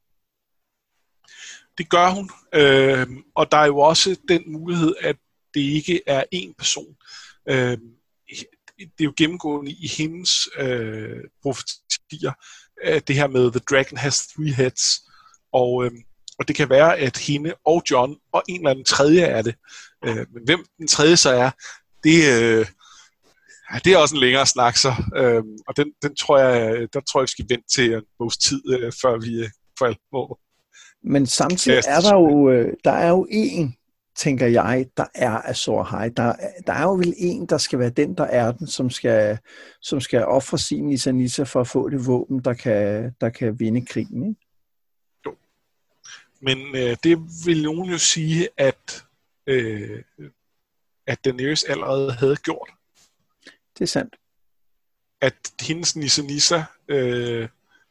Det gør hun, øh, og der er jo også den mulighed, at det ikke er én person. Øh, det er jo gennemgående i hendes øh, profetier, det her med The Dragon has three heads, og, øh, og det kan være, at hende og Jon og en eller anden tredje er det. Øh, men hvem den tredje så er, det, øh, det er også en længere snak, så, øh, og den, den tror jeg, der tror jeg, vi skal vente til en bogs tid, øh, før vi øh, får alvor. Men samtidig er der jo, øh, der er jo en, tænker jeg, der er Azor Ahai. Der, der er jo vel en, der skal være den, der er den, som skal, som skal ofre sin Nissa Nissa for at få det våben, der kan, der kan vinde krigen, ikke? Jo. Men øh, det vil nogen jo sige, at, øh, at Daenerys allerede havde gjort. Det er sandt. At hendes Nissa Nissa øh,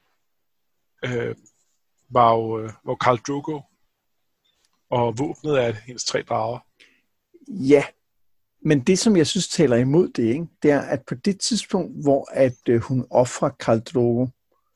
øh, var jo øh, var Khal Drogo, og våbnet af hendes tre drager. Ja, men det, som jeg synes taler imod det, ikke, det er, at på det tidspunkt, hvor at, øh, hun offrer Khal Drogo,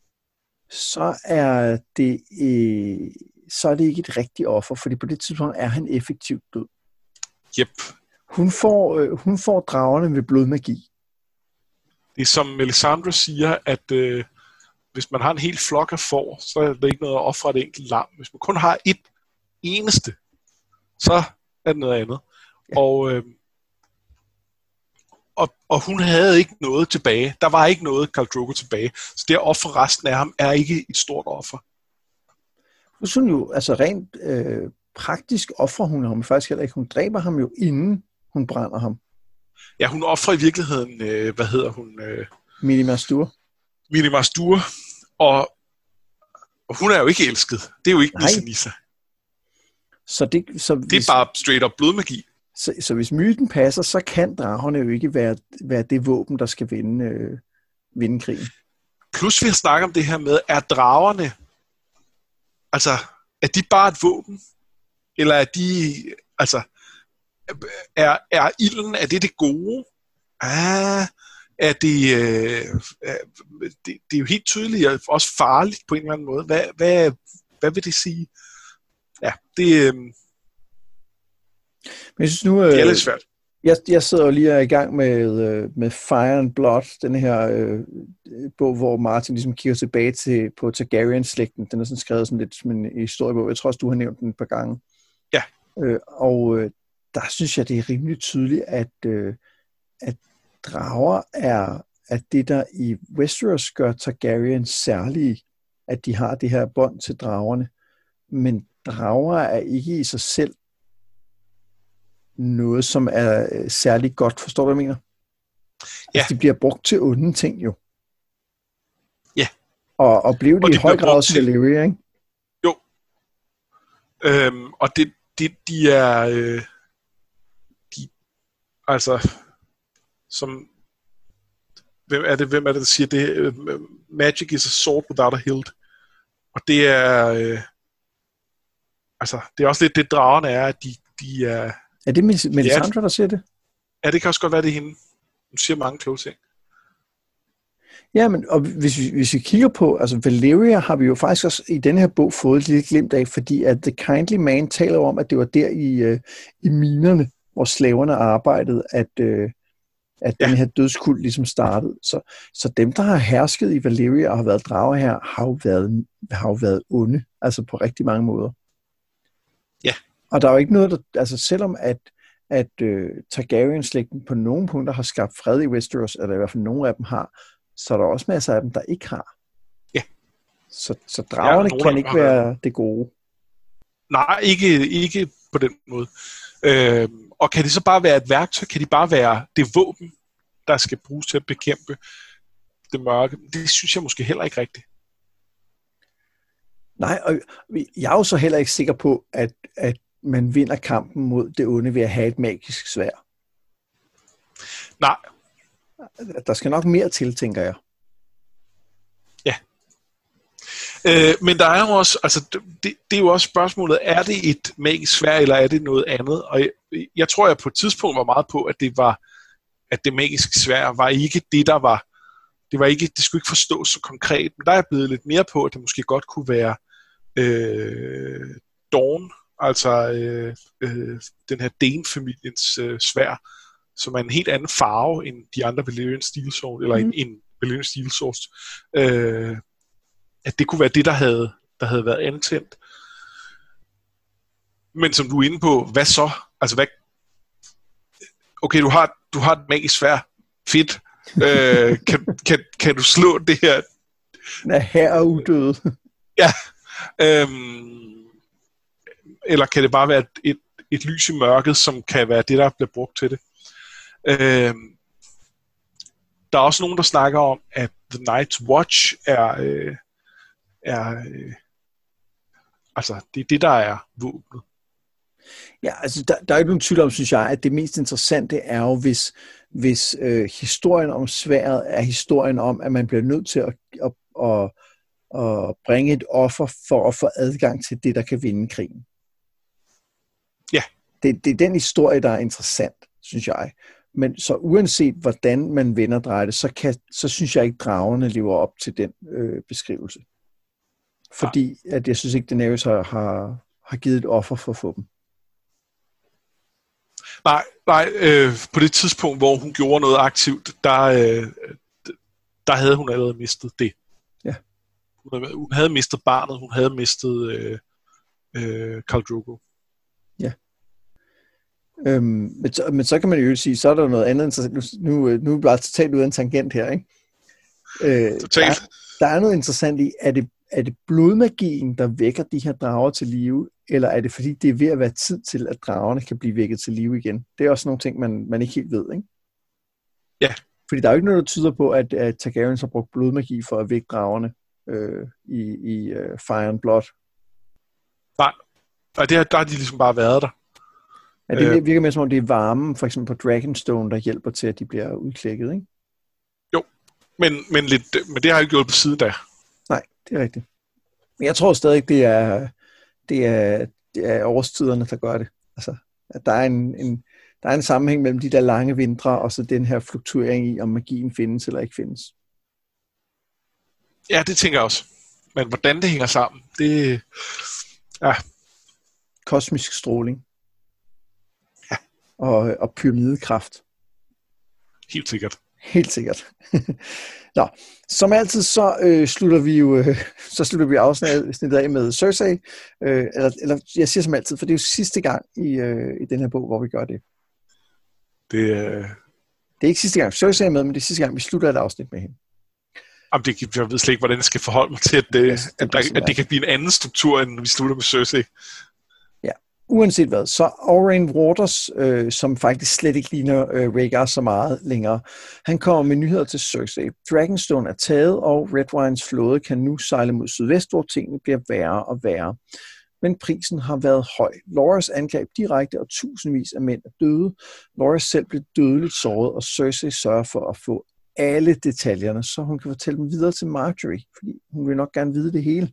så er det øh, så er det ikke et rigtigt offer, fordi på det tidspunkt er han effektivt død. Yep. Hun får, øh, hun får dragerne ved blodmagi. Det er som Melisandre siger, at øh, hvis man har en hel flok af får, så er det ikke noget at ofre et enkelt lam. Hvis man kun har et eneste, så er det noget andet. Ja. Og, øh, og, og hun havde ikke noget tilbage. Der var ikke noget Khal Drogo tilbage. Så det at ofre resten af ham er ikke et stort offer. Hun jo, altså rent øh, praktisk offrer hun ham faktisk heller ikke. Hun dræber ham jo, inden hun brænder ham. Ja, hun offrer i virkeligheden, øh, hvad hedder hun? Øh, Mini Mastur. Mini Mastur. Og, og hun er jo ikke elsket. Det er jo ikke Nissa Nissa. Så det, så hvis, det er bare straight up blodmagi. Så, så hvis myten passer, så kan dragerne jo ikke være, være det våben, der skal vinde, øh, vinde krigen. Plus vi har snakket om det her med, er dragerne, altså, er de bare et våben? Eller er de, altså, er, er ilden, er det det gode? Ah, er det, øh, er, det, det er jo helt tydeligt og også farligt på en eller anden måde. Hvad, hvad, hvad vil det sige? Ja, det, øh, Men jeg synes nu, øh, det er lidt svært. Jeg, jeg sidder jo lige i gang med, øh, med Fire and Blood, den her øh, bog, hvor Martin ligesom kigger tilbage til, på Targaryen-slægten. Den er sådan skrevet sådan lidt som en historiebog. Jeg tror også, du har nævnt den et par gange. Ja. Øh, og øh, der synes jeg, det er rimelig tydeligt, at, øh, at drager er at det, der i Westeros gør Targaryen særlige, at de har det her bånd til dragerne. Men drager er ikke i sig selv noget, som er særlig godt. Forstår du, hvad jeg mener? Ja. Altså, de bliver brugt til onde ting, jo. Ja. Og, og blev de, og de i høj grad til Valyria, ikke? Jo. Øhm, og det, det, de er... Øh, de, altså... Som... Hvem er det, hvem er det der siger det? Magic is a sword without a hilt. Og det er... Øh, altså, det er også lidt det, dragerne er, at de, de er... Er det Melisandre, der siger det? Ja, det kan også godt være, det er hende. Hun siger mange kloge ting. Ja, men og hvis, vi, hvis vi kigger på, altså Valyria har vi jo faktisk også i denne her bog fået et lille glimt af, fordi at The Kindly Man taler om, at det var der i, uh, i minerne, hvor slaverne arbejdede, at, uh, at ja. den her dødskult ligesom startede. Så, så dem, der har hersket i Valyria og har været drager her, har jo været, har jo været onde, altså på rigtig mange måder. Ja. Og der er jo ikke noget, der, altså selvom at, at uh, Targaryen-slægten på nogle punkter har skabt fred i Westeros, eller i hvert fald nogle af dem har, så er der også masser af dem, der ikke har. Ja. Så, så dragerne ja, kan ikke være været... det gode. Nej, ikke, ikke på den måde. Øh, og kan det så bare være et værktøj? Kan de bare være det våben, der skal bruges til at bekæmpe det mørke? Det synes jeg måske heller ikke rigtigt. Nej, og jeg er jo så heller ikke sikker på, at, at man vinder kampen mod det onde ved at have et magisk sværd. Nej. Der skal nok mere til, tænker jeg. Ja. Øh, men der er jo også, altså det, det er jo også spørgsmålet, er det et magisk sværd, eller er det noget andet? Og jeg, jeg tror, jeg på et tidspunkt var meget på, at det var, at det magiske sværd var ikke det, der var, det var ikke, det skulle ikke forstås så konkret, men der er jeg blevet lidt mere på, at det måske godt kunne være øh, Dawn, altså øh, øh, den her Dane-familiens øh, sværd, som er en helt anden farve end de andre Valyrian Steel Swords, eller mm. en, en Valyrian Steel Swords. Øh, at det kunne være det, der havde, der havde været antændt. Men som du er inde på, hvad så? Altså, hvad... Okay, du har, du har et magisk sværd. Fedt. øh, kan, kan, kan du slå det her? Nej, her er udøde. Ja. Øhm, eller kan det bare være et, et, et lys i mørket, som kan være det, der bliver brugt til det? Øhm, der er også nogen, der snakker om, at The Night's Watch er... Øh, er øh, altså, det er det, der er våbnet. Ja, altså, der, der er ikke nogen tvivl om, synes jeg, at det mest interessante er jo, hvis, hvis øh, historien om sværdet er historien om, at man bliver nødt til at, at, at, at bringe et offer for at få adgang til det, der kan vinde krigen. Ja. Det, det er den historie, der er interessant, synes jeg. Men så uanset hvordan man vender drejer det, så, kan, så synes jeg ikke, dragerne lever op til den øh, beskrivelse. Fordi at jeg synes ikke, Daenerys har, har, har givet et offer for at få dem. Nej, nej øh, på det tidspunkt, hvor hun gjorde noget aktivt, der, øh, der havde hun allerede mistet det. Ja. Hun, hun havde mistet barnet, hun havde mistet øh, øh, Khal Drogo. Ja. Øhm, men, så, men så kan man jo sige, så er der noget andet. Nu, nu, nu er vi bare totalt ude af en tangent her, ikke? Øh, Totalt. Der, der er noget interessant i, er det, er det blodmagien, der vækker de her drager til live, eller er det fordi, det er ved at være tid til, at dragerne kan blive vækket til live igen? Det er også nogle ting, man, man ikke helt ved, ikke? Ja. Fordi der er jo ikke noget, der tyder på, at, at Targaryens har brugt blodmagi for at vække dragerne øh, i, i uh, Fire and Blood. Nej, Nej det har, der har de ligesom bare været der. Ja, det virker mere som om, det er varmen, for eksempel på Dragonstone, der hjælper til, at de bliver udklækket, ikke? Jo, men, men, lidt, men det har ikke gjort på siden da. Nej, det er rigtigt. Men jeg tror stadig, det er, det er, det er årstiderne, der gør det. Altså, at der er en, en, der er en sammenhæng mellem de der lange vintre, og så den her fluktuering i, om magien findes eller ikke findes. Ja, det tænker jeg også. Men hvordan det hænger sammen, det... Ja. Kosmisk stråling. Ja. Og, og pyramidekraft. Helt sikkert. Helt sikkert. Nå, som altid så øh, slutter vi jo øh, så slutter vi afsnittet af med Cersei. Øh, eller, eller jeg siger som altid, for det er jo sidste gang i, øh, i den her bog, hvor vi gør det. Det, øh... det er ikke sidste gang Cersei er med, men det er sidste gang, vi slutter et afsnit med hende. Jamen, det, jeg ved slet ikke, hvordan jeg skal forholde mig til, at det, det, at, der, at det kan blive en anden struktur, end vi slutter med Cersei. Ja, uanset hvad. Så Oberyn Waters, øh, som faktisk slet ikke ligner øh, Rhaegar så meget længere, han kommer med nyheder til Cersei. Dragonstone er taget, og Redwynes flåde kan nu sejle mod sydvest, hvor tingene bliver værre og værre. Men prisen har været høj. Loras angreb direkte, og tusindvis af mænd er døde. Loras selv blev dødeligt såret, og Cersei sørger for at få alle detaljerne, så hun kan fortælle dem videre til Marjorie, fordi hun vil nok gerne vide det hele.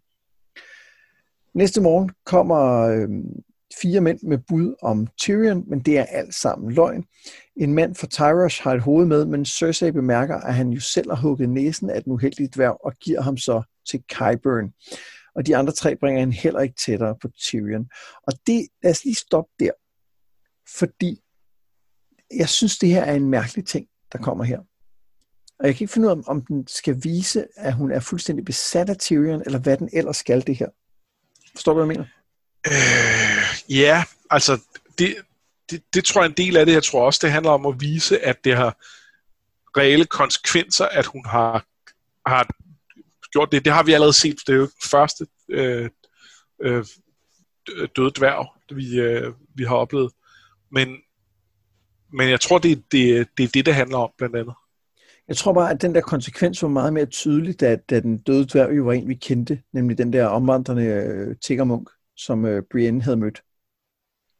Næste morgen kommer øh, fire mænd med bud om Tyrion, men det er alt sammen løgn. En mand fra Tyrosh har et hoved med, men Cersei bemærker, at han jo selv har hugget næsen af den uheldige dværg og giver ham så til Qyburn. Og de andre tre bringer hende heller ikke tættere på Tyrion. Og det, lad os lige stoppe der, fordi jeg synes, det her er en mærkelig ting, der kommer her. Og jeg kan ikke finde ud af, om den skal vise, at hun er fuldstændig besat af Tyrion, eller hvad den ellers skal det her. Forstår du, hvad jeg mener? Øh, ja, altså, det, det, det tror jeg er en del af det. Jeg tror også, det handler om at vise, at det har reelle konsekvenser, at hun har, har gjort det. Det har vi allerede set. Det er jo den første øh, øh, døde dværg, vi, øh, vi har oplevet. Men, men jeg tror, det, det, det er det, det handler om, blandt andet. Jeg tror bare, at den der konsekvens var meget mere tydelig, da, da den døde dværg jo var en, vi kendte, nemlig den der omvandrende øh, tiggermunk, som øh, Brienne havde mødt.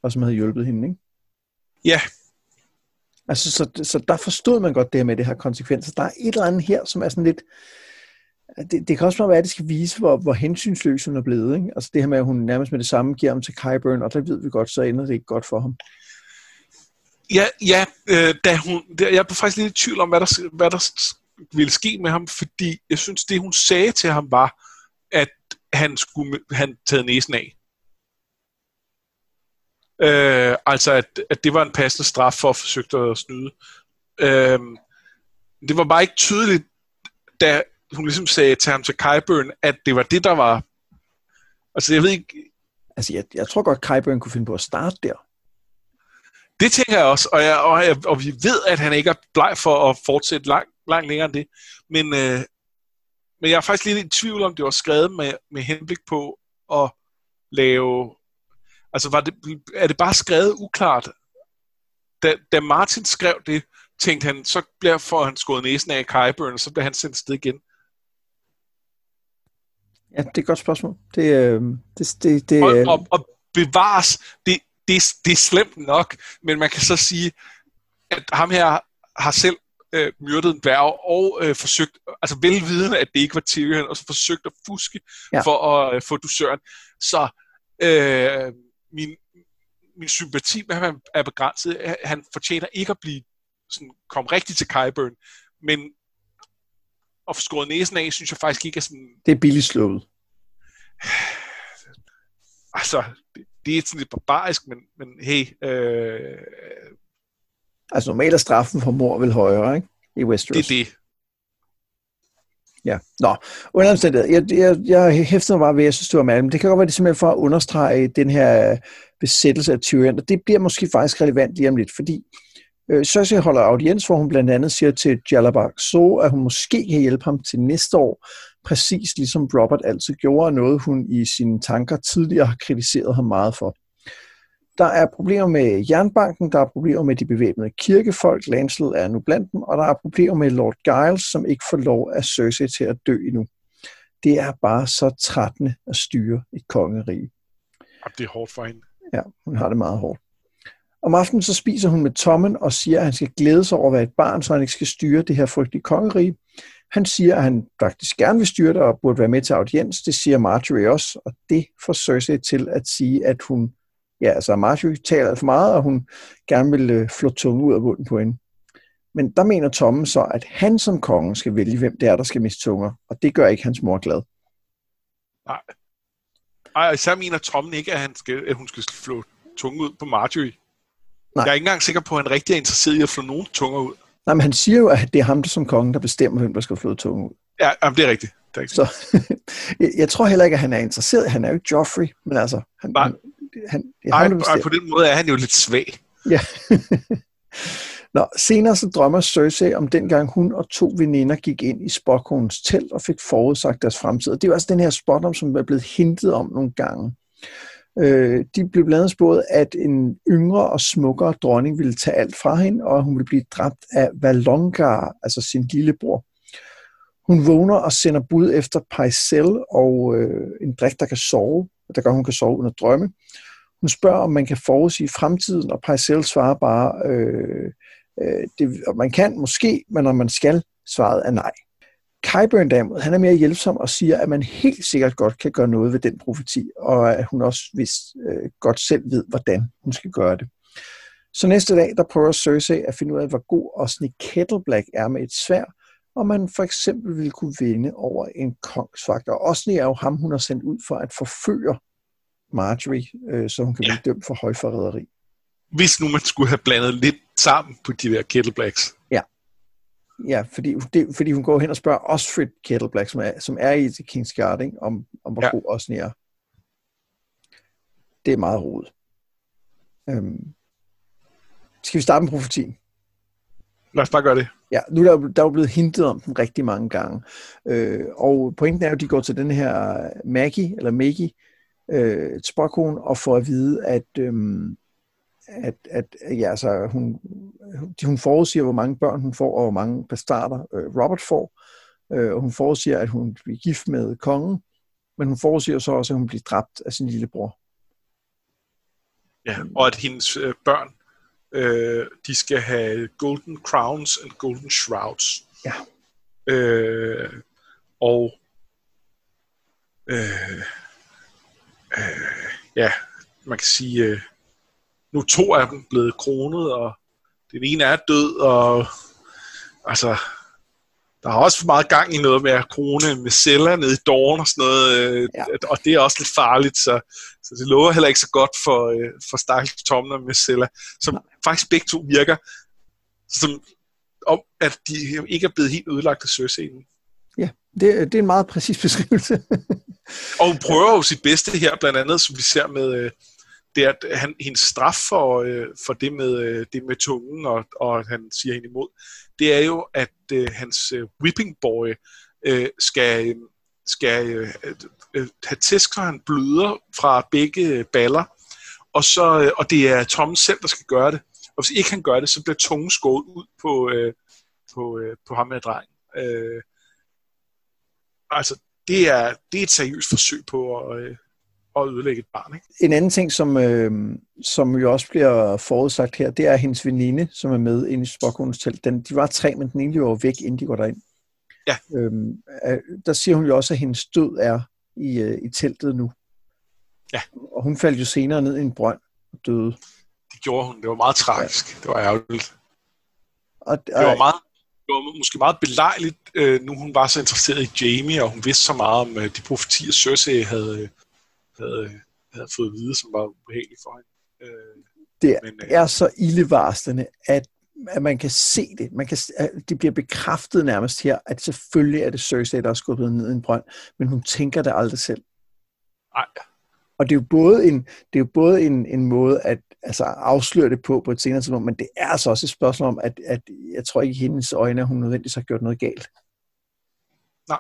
og som havde hjulpet hende, ikke? Ja. Altså, så, så der forstod man godt det her med, det her konsekvenser. Der er et eller andet her, som er sådan lidt... Det, det kan også være, at det skal vise, hvor, hvor hensynsløs hun er blevet, ikke? Altså det her med, at hun nærmest med det samme giver ham til Qyburn, og der ved vi godt, så ender det ikke godt for ham. Ja, ja øh, da hun, der, jeg blev faktisk lidt i tvivl om, hvad der, hvad der ville ske med ham, fordi jeg synes, det hun sagde til ham var, at han skulle han taget næsen af. Øh, altså, at, at det var en passende straf for at forsøge at snyde. Øh, det var bare ikke tydeligt, da hun ligesom sagde til ham til Qyburn, at det var det, der var... Altså, jeg ved ikke... Altså, jeg, jeg tror godt, Qyburn kunne finde på at starte der. Det tænker jeg også, og, jeg, og, jeg, og vi ved, at han ikke er bleg for at fortsætte langt lang længere end det. Men, øh, men jeg er faktisk lidt i tvivl om, det var skrevet med, med henblik på at lave... Altså, var det, er det bare skrevet uklart? Da, da Martin skrev det, tænkte han, så bliver for han skåret næsen af Qyburn, og så bliver han sendt sted igen. Ja, det er et godt spørgsmål. Det, øh, det, det, det, og, og, og bevares, det, det, det er slemt nok, men man kan så sige, at ham her har selv øh, myrdet en dværg og øh, forsøgt, altså velvidende, at det ikke var Tyrion, og så forsøgt at fuske ja. for at øh, få dusøren. Så øh, min, min sympati med ham er begrænset. Han fortjener ikke at blive sådan, komme rigtigt til Qyburn, men at få skåret næsen af, synes jeg faktisk ikke er sådan... Det er billigt slået. Altså, det, det er sådan lidt barbarisk, men, men hey... Øh... Altså, normalt er straffen for mord vel højere, ikke? I Westeros. Det er det. Ja, nå. Under omstændighed, jeg, jeg, jeg hæfter mig bare ved, at jeg synes, det var mærkeligt, men det kan godt være, det er simpelthen for at understrege den her besættelse af Tyrion, og det bliver måske faktisk relevant lige om lidt, fordi øh, Cersei holder audiens, hvor hun blandt andet siger til Jalabhar So, at hun måske kan hjælpe ham til næste år, præcis ligesom Robert altid gjorde, noget hun i sine tanker tidligere har kritiseret ham meget for. Der er problemer med jernbanken, der er problemer med de bevæbnede kirkefolk, Lancel er nu blandt dem, og der er problemer med Lord Giles, som ikke får lov af Cersei til at dø endnu. Det er bare så trættende at styre et kongerige. Det er hårdt for hende. Ja, hun har det meget hårdt. Om aftenen så spiser hun med Tommen og siger, at han skal glæde sig over at være et barn, så han ikke skal styre det her frygtelige kongerige. Han siger, at han faktisk gerne vil styre det og burde være med til audiens. Det siger Marjorie også, og det får Cersei til at sige, at hun, ja, altså Marjorie taler alt for meget, og hun gerne vil øh, flå tunge ud af munden på hende. Men der mener Tommen så, at han som konge skal vælge, hvem det er, der skal miste tunger, og det gør ikke hans mor glad. Nej. Ej, så mener Tommen ikke, at, han skal, at hun skal flå tunge ud på Marjorie. Nej. Jeg er ikke engang sikker på, at han rigtig er interesseret i at flå nogen tunger ud. Nej, men han siger jo, at det er ham, der som konge, der bestemmer, hvem der skal flå tunge ud. Ja, jamen, det er rigtigt. Det er rigtigt. Så, jeg, jeg tror heller ikke, at han er interesseret. Han er jo ikke Joffrey, men altså... Han, Nej, han, han, Ej, ham, på den måde er han jo lidt svag. Ja. Nå, senere så drømmer Cersei om dengang hun og to veninder gik ind i Spotkonens telt og fik forudsagt deres fremtid. Og det er jo altså den her spådom, som er blevet hintet om nogle gange. Øh, de blev blandt andet spået, at en yngre og smukkere dronning ville tage alt fra hende, og hun ville blive dræbt af Valonqar, altså sin lillebror. Hun vågner og sender bud efter Pycelle og øh, en drik, der kan sove, der gør, hun kan sove uden at drømme. Hun spørger, om man kan forudsige fremtiden, og Pycelle svarer bare, øh, øh, det, man kan måske, men når man skal, svaret er nej. Qyburn derimod, han er mere hjælpsom og siger, at man helt sikkert godt kan gøre noget ved den profeti, og at hun også vist øh, godt selv ved, hvordan hun skal gøre det. Så næste dag, der prøver Cersei at finde ud af, hvor god Osney Kettleblack er med et sværd, og man for eksempel ville kunne vinde over en kongsvagt. Og Osney er jo ham, hun har sendt ud for at forføre Marjorie, øh, så hun kan ja. blive dømt for højforræderi. Hvis nu man skulle have blandet lidt sammen på de der Kettleblacks. Ja. Ja, fordi, det, fordi hun går hen og spørger Osfrid Kettleblack, som er, som er i The King's Guard, ikke? om, om hvor ja. god Osney er. Det er meget rodet. Øhm. Skal vi starte med profetien? Lad os bare gøre det. Ja, nu er der, der er jo blevet hintet om den rigtig mange gange. Øh, og pointen er jo, at de går til den her Maggie, eller Maggie, øh, Spokone, og får at vide, at, øhm, at, at ja, altså, hun, hun forudsiger, hvor mange børn hun får, og hvor mange bastarder øh, Robert får. Øh, og hun forudsiger, at hun bliver gift med kongen, men hun forudsiger så også, at hun bliver dræbt af sin lillebror. Ja, og at hendes øh, børn, øh, de skal have golden crowns and golden shrouds. Ja. Øh, og øh, øh, ja, man kan sige, øh, nu er to af dem blevet kronet, og den ene er død, og altså, der er også for meget gang i noget med at krone med celler nede i Dorne og sådan noget, øh, ja. Og det er også lidt farligt, så, så det lover heller ikke så godt for, øh, for stakkels Tommen og Myrcella, som Nej. faktisk begge to virker som om, at de ikke er blevet helt ødelagt af Cersei. Ja, det, det er en meget præcis beskrivelse. Og hun prøver jo sit bedste her, blandt andet, som vi ser med, øh, det er, at han, hendes straf for, øh, for det, med, øh, det med tungen, og, og han siger hende imod, det er jo, at øh, hans øh, whipping boy øh, skal, skal øh, øh, have tæsk, så han bløder fra begge baller, og, så, øh, og det er Tom selv, der skal gøre det. Og hvis ikke han gør det, så bliver tungen skåret ud på, øh, på, øh, på ham med drengen. Øh, altså, det er, det er et seriøst forsøg på at, øh, at ødelægge et barn, ikke? En anden ting, som, øh, som jo også bliver forudsagt her, det er hendes veninde, som er med inde i Spokkones telt. Den, de var tre, men den ene var væk, inden de går derind. Ja. Øhm, der siger hun jo også, at hendes død er i, øh, i teltet nu. Ja. Og hun faldt jo senere ned i en brønd og døde. Det gjorde hun. Det var meget tragisk. Ja. Det var ærgerligt. Og, og, det var meget, det var måske meget belejligt, øh, nu hun var så interesseret i Jaime, og hun vidste så meget om øh, de profetier, Cersei havde, havde, havde fået at vide, som var ubehageligt for hende. Øh, det men, øh, er så ildevarslende, at, at man kan se det. Man kan, at det bliver bekræftet nærmest her, at selvfølgelig er det Cersei, der er skubbet ned i en brønd, men hun tænker det aldrig selv. Nej. Og det er jo både en, det er jo både en, en måde at altså, afsløre det på på et senere tidspunkt, men det er altså også et spørgsmål om, at, at jeg tror ikke i hendes øjne, at hun nødvendigvis har gjort noget galt. Nej.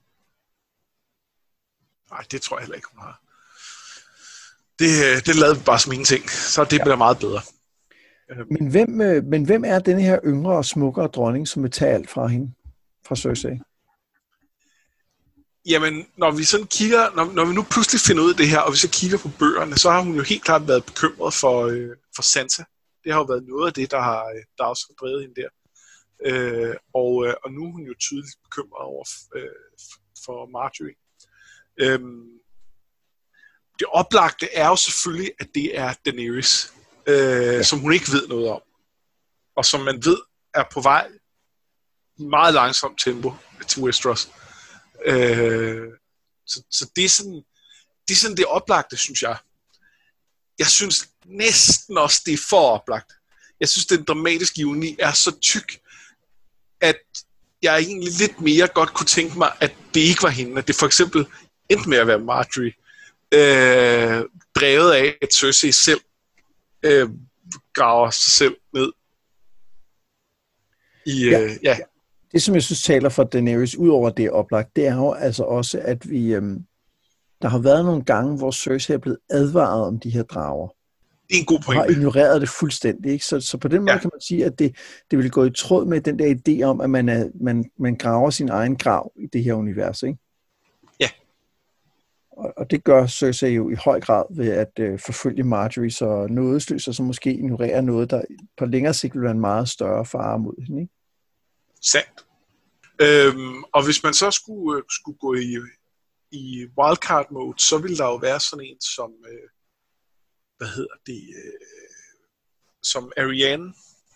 Nej, det tror jeg heller ikke, hun har. Det, det lavede vi bare som ingenting, så det ja. bliver meget bedre. Men hvem, men hvem er denne her yngre og smukkere dronning, som vil tage alt fra hende, fra Cersei? Jamen, når vi sådan kigger, når, når vi nu pludselig finder ud af det her, og vi så kigger på bøgerne, så har hun jo helt klart været bekymret for, øh, for Sansa. Det har jo været noget af det, der har, der også har drevet hende der. Øh, og, øh, og nu er hun jo tydeligt bekymret over øh, for Marjorie. Øh, det oplagte er jo selvfølgelig, at det er Daenerys, øh, ja. som hun ikke ved noget om. Og som man ved, er på vej i meget langsomt tempo til Westeros. Øh, så, så det er sådan det er sådan det oplagte, synes jeg. Jeg synes næsten også det er for oplagt. Jeg synes den dramatiske ironi er så tyk, at jeg egentlig lidt mere godt kunne tænke mig, at det ikke var hende, at det for eksempel endte med at være Marjorie, øh, drevet af at Cersei selv øh, graver sig selv ned i ja. Øh, ja. Det, som jeg synes taler for Daenerys, ud over det oplagt, det er jo altså også, at vi, øhm, der har været nogle gange, hvor Cersei er blevet advaret om de her drager. Det er en god pointe. Og har ignoreret det fuldstændig. Ikke? Så, så på den måde ja. kan man sige, at det, det vil gå i tråd med den der idé om, at man, er, man, man graver sin egen grav i det her univers. Ikke? Ja. Og, og det gør Cersei jo i høj grad ved at øh, forfølge Marjorie så nådesløs, og så måske ignorere noget, der på længere sigt vil være en meget større fare mod hende. Ikke? Sandt. Øhm, og hvis man så skulle, skulle gå i, i wildcard mode, så ville der jo være sådan en som, øh, hvad hedder det, øh, som Arianne,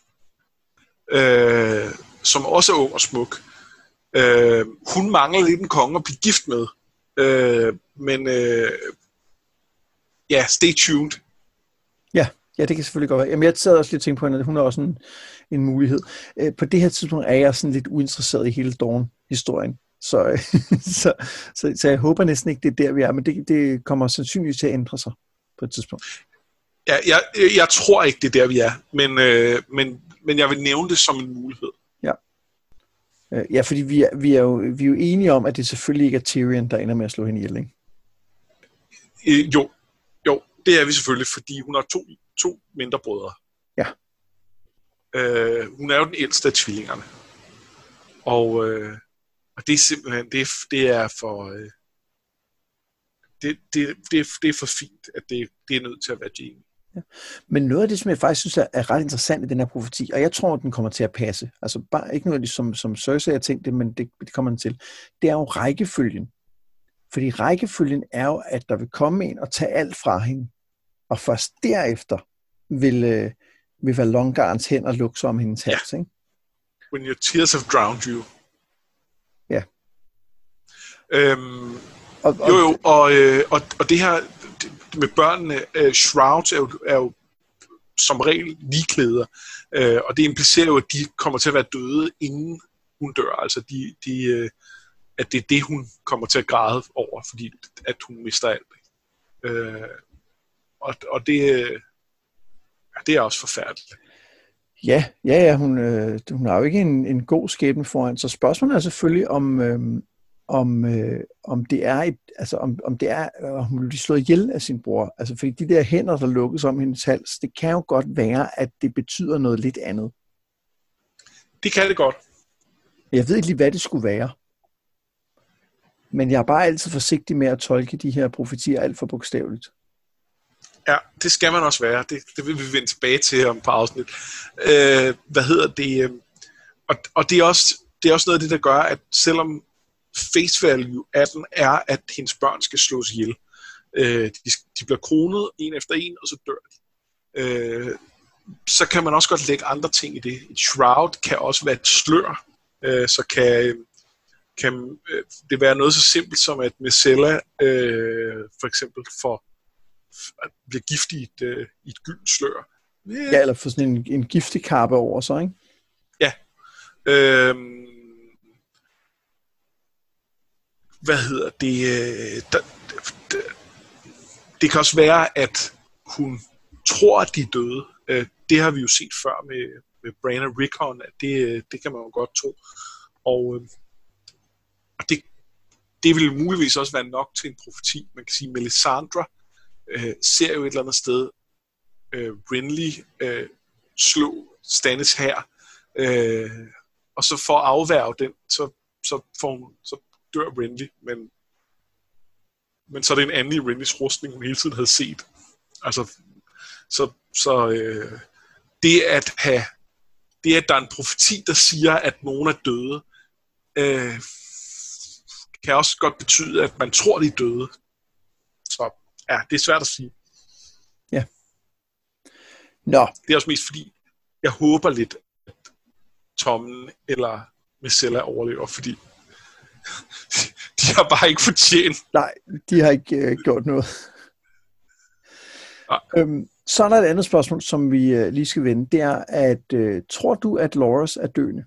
øh, som også er ung og smuk. Øh, hun mangler lidt en konge at blive gift med. Øh, men øh, ja, stay tuned. Ja. Ja, det kan selvfølgelig godt være. Jamen, jeg sad også lidt og tænkte på hende, at hun er også en, en mulighed. Øh, på det her tidspunkt er jeg sådan lidt uinteresseret i hele Dawn-historien. Så, så, så, så jeg håber næsten ikke, det er der, vi er. Men det, det kommer sandsynligvis til at ændre sig på et tidspunkt. Ja, jeg, jeg tror ikke, det er der, vi er. Men, øh, men, men jeg vil nævne det som en mulighed. Ja, øh, ja fordi vi er, vi, er jo, vi er jo enige om, at det selvfølgelig ikke er Tyrion, der ender med at slå hende ihjel, ikke? Øh, jo, jo, det er vi selvfølgelig, fordi hun har to to mindre brødre. Ja. Øh, hun er jo den ældste af tvillingerne. Og, øh, og det er simpelthen, det er, det er for, øh, det, det, det, det er for fint, at det, det er nødt til at være Jaime. Ja. Men noget af det, som jeg faktisk synes er, er ret interessant i den her profeti, og jeg tror, at den kommer til at passe, altså bare ikke noget, som, som Cersei har tænkt det, men det, det kommer den til, det er jo rækkefølgen. Fordi rækkefølgen er jo, at der vil komme en og tage alt fra hende, og først derefter vil, øh, vil Valongarens hænder lukke sig om hendes hals, ikke? When your tears have drowned you. Ja. Øhm, og, og, jo jo, og, øh, og, og det her det, med børnene, øh, shrouds er jo, er jo som regel ligeklæder, øh, og det implicerer jo, at de kommer til at være døde, inden hun dør. Altså, de, de, øh, at det er det, hun kommer til at græde over, fordi at hun mister alt. Øh, og, og det, øh, det er også forfærdeligt. Ja, ja, ja hun, øh, hun har jo ikke en, en god skæbne foran, så spørgsmålet er selvfølgelig, om, øh, om, øh, om det er, et, altså om, om det er, om hun vil blive slået ihjel af sin bror. Altså, fordi de der hænder, der lukkes om hendes hals, det kan jo godt være, at det betyder noget lidt andet. Det kan det godt. Jeg ved ikke lige, hvad det skulle være. Men jeg er bare altid forsigtig med at tolke de her profetier alt for bogstaveligt. Ja, det skal man også være. Det, det vil vi vende tilbage til om et par afsnit. Øh, hvad hedder det? Og, og det, er også, det er også noget af det, der gør, at selvom face value af den er, at hendes børn skal slås ihjel. Øh, de, de bliver kronet en efter en, og så dør de. Øh, så kan man også godt lægge andre ting i det. Et shroud kan også være et slør. Øh, så kan, kan øh, det være noget så simpelt som, at Myrcella øh, for eksempel får at blive gift i et, øh, i et gyldent slør. Yeah. Ja, eller få sådan en, en giftig kappe over sig, ikke? Ja. Øhm, hvad hedder det? Øh, der, det? Det kan også være, at hun tror, at de er døde. Øh, det har vi jo set før med, med Bran og Rickon, at det, det kan man jo godt tro. Og, øh, og det, det vil muligvis også være nok til en profeti. Man kan sige, at Melisandre øh, ser jo et eller andet sted øh, Renly øh, slå Stannis hær, øh, og så for at afværge den, så, så, får hun, så dør Renly, men, men så er det en anden i Renlys rustning, hun hele tiden havde set. Altså, så, så øh, det at have, det at der er en profeti, der siger, at nogen er døde, øh, kan også godt betyde, at man tror, de er døde. Så ja, det er svært at sige. Ja. Nå. Det er også mest fordi, jeg håber lidt, at Tommen eller Myrcella overlever, fordi de har bare ikke fortjent. Nej, de har ikke øh, gjort noget. Ja. Øhm, så er der et andet spørgsmål, som vi øh, lige skal vende. Det er, at øh, tror du, at Loras er døende?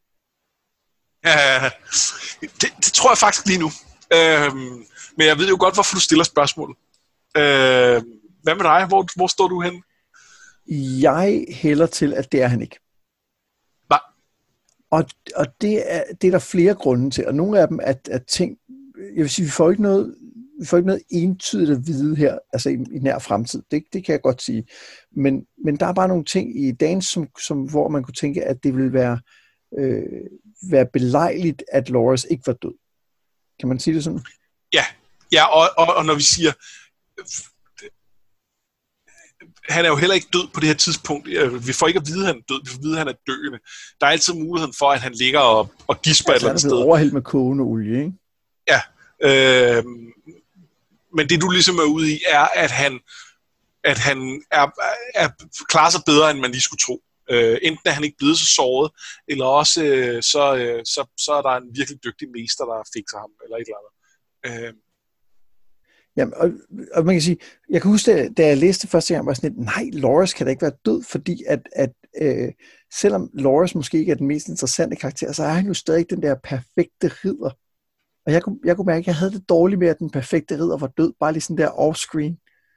Ja, det, det tror jeg faktisk lige nu. Øhm, men jeg ved jo godt, hvorfor du stiller spørgsmålet. Øhm, hvad med dig? Hvor, hvor står du henne? Jeg hælder til, at det er han ikke. Nej. Og, og det, er, det er der flere grunde til, og nogle af dem er, er ting, jeg vil sige, vi får ikke noget, vi får ikke noget entydigt at vide her, altså i, i nær fremtid, det, det kan jeg godt sige, men, men der er bare nogle ting i dagen, som, som, hvor man kunne tænke, at det ville være, øh, være belejligt, at Loras ikke var død. Kan man sige det sådan? Ja, ja og, og, og når vi siger, han er jo heller ikke død på det her tidspunkt. Vi får ikke at vide, at han er død. Vi får at vide, at han er døende. Der er altid muligheden for, at han ligger og, og gisper ja, et eller andet sted. Han er overhældt med kogende olie, ikke? Ja. Øh, men det, du ligesom er ude i, er, at han, at han er, er, klarer sig bedre, end man lige skulle tro. Øh, enten er han ikke blevet så såret, eller også øh, så, øh, så, så er der en virkelig dygtig mester, der fikser ham, eller et eller andet. Øh, Jamen, og, og man kan sige, jeg kan huske, da jeg læste første gang, var sådan lidt, nej, Loras kan da ikke være død, fordi at, at øh, selvom Loras måske ikke er den mest interessante karakter, så er han jo stadig den der perfekte ridder. Og jeg kunne, jeg kunne mærke, at jeg havde det dårligt med, at den perfekte ridder var død, bare lige sådan der off-screen.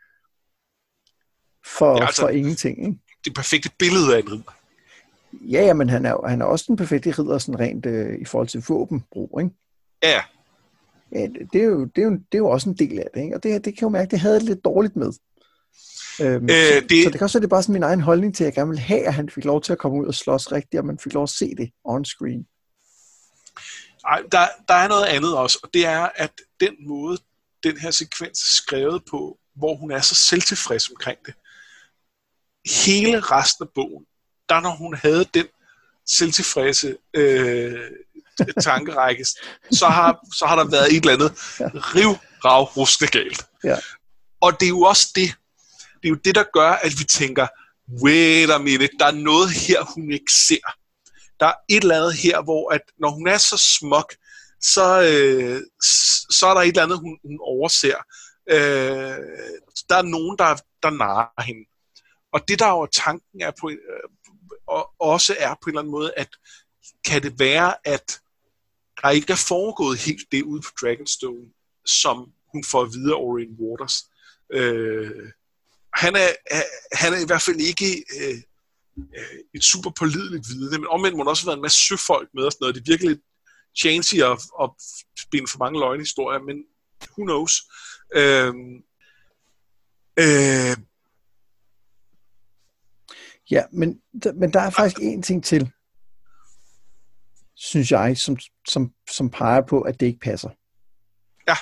For, ja, altså, for ingenting, ikke? Det perfekte billede af en ridder. Ja, ja, men han er, han er også den perfekte ridder, sådan rent øh, i forhold til våbenbrug, ikke? Ja, Ja, det er, jo, det, er jo, det er jo også en del af det, ikke? Og det, det kan jeg jo mærke, det havde jeg lidt dårligt med. Øhm, øh, så, det... så det kan også være, det er bare sådan min egen holdning til, at jeg gerne vil have, at han fik lov til at komme ud og slås rigtigt, og man fik lov at se det on-screen. Ej, der, der er noget andet også, og det er, at den måde, den her sekvens er skrevet på, hvor hun er så selvtilfreds omkring det, hele resten af bogen, der når hun havde den selvtilfredse øh, tankerække, så har, så har der været et eller andet riv, rav, ruskende galt. Ja. Og det er jo også det, det er jo det, der gør, at vi tænker, wait a minute, der er noget her, hun ikke ser. Der er et eller andet her, hvor at, når hun er så smuk, så, øh, så er der et eller andet, hun, hun overser. Øh, der er nogen, der, der narrer hende. Og det, der jo tanken er på, øh, og også er på en eller anden måde, at kan det være, at der ikke er foregået helt det ude på Dragonstone, som hun får at vide af Orien Waters. Øh, han, er, han er i hvert fald ikke øh, et super pålideligt vidne, men omvendt må der også have været en masse søfolk med og sådan noget. Det er virkelig chancy at, at spinde for mange løgnehistorier, men who knows. Øh, øh, Ja, men, men der er faktisk en ting til, synes jeg, som, som, som peger på, at det ikke passer. Ja.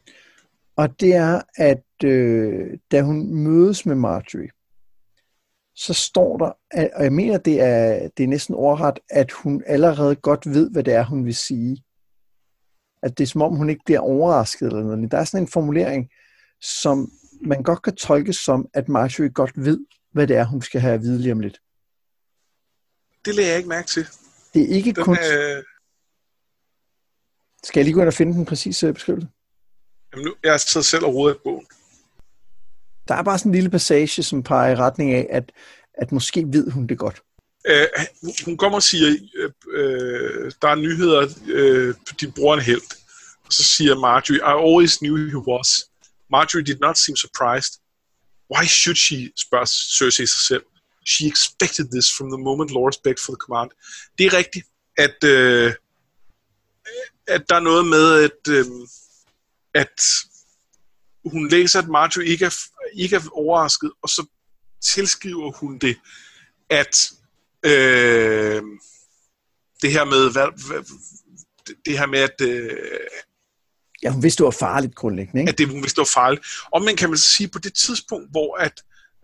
Og det er, at øh, da hun mødes med Marjorie, så står der, at, og jeg mener, det er, det er næsten ordret, at hun allerede godt ved, hvad det er, hun vil sige. At det er som om, hun ikke bliver overrasket eller noget. Der er sådan en formulering, som man godt kan tolke som, at Marjorie godt ved, hvad det er, hun skal have at vide lige om lidt. Det lægger jeg ikke mærke til. Det er ikke den kun... Er... Skal jeg lige gå ind og finde den præcise beskrivelse? Jamen nu, jeg sidder selv og roder i bogen. Der er bare sådan en lille passage, som peger i retning af, at, at måske ved hun det godt. Øh, hun kommer og siger, øh, øh, der er nyheder, øh, din bror er en helt. Og så siger Marjorie, I always knew he was. Marjorie did not seem surprised. Why should she, spørger Cersei sig selv. She expected this from the moment Loras begged for the command. Det er rigtigt, at, øh, at der er noget med, at, øh, at hun læser, at Marjorie ikke er, ikke er overrasket, og så tilskriver hun det, at øh, det her med, hvad, hvad, det her med, at øh, ja, hun vidste, det var farligt grundlæggende, ikke? At det, hun vidste, det var farligt. Og man kan vel sige, på det tidspunkt, hvor at,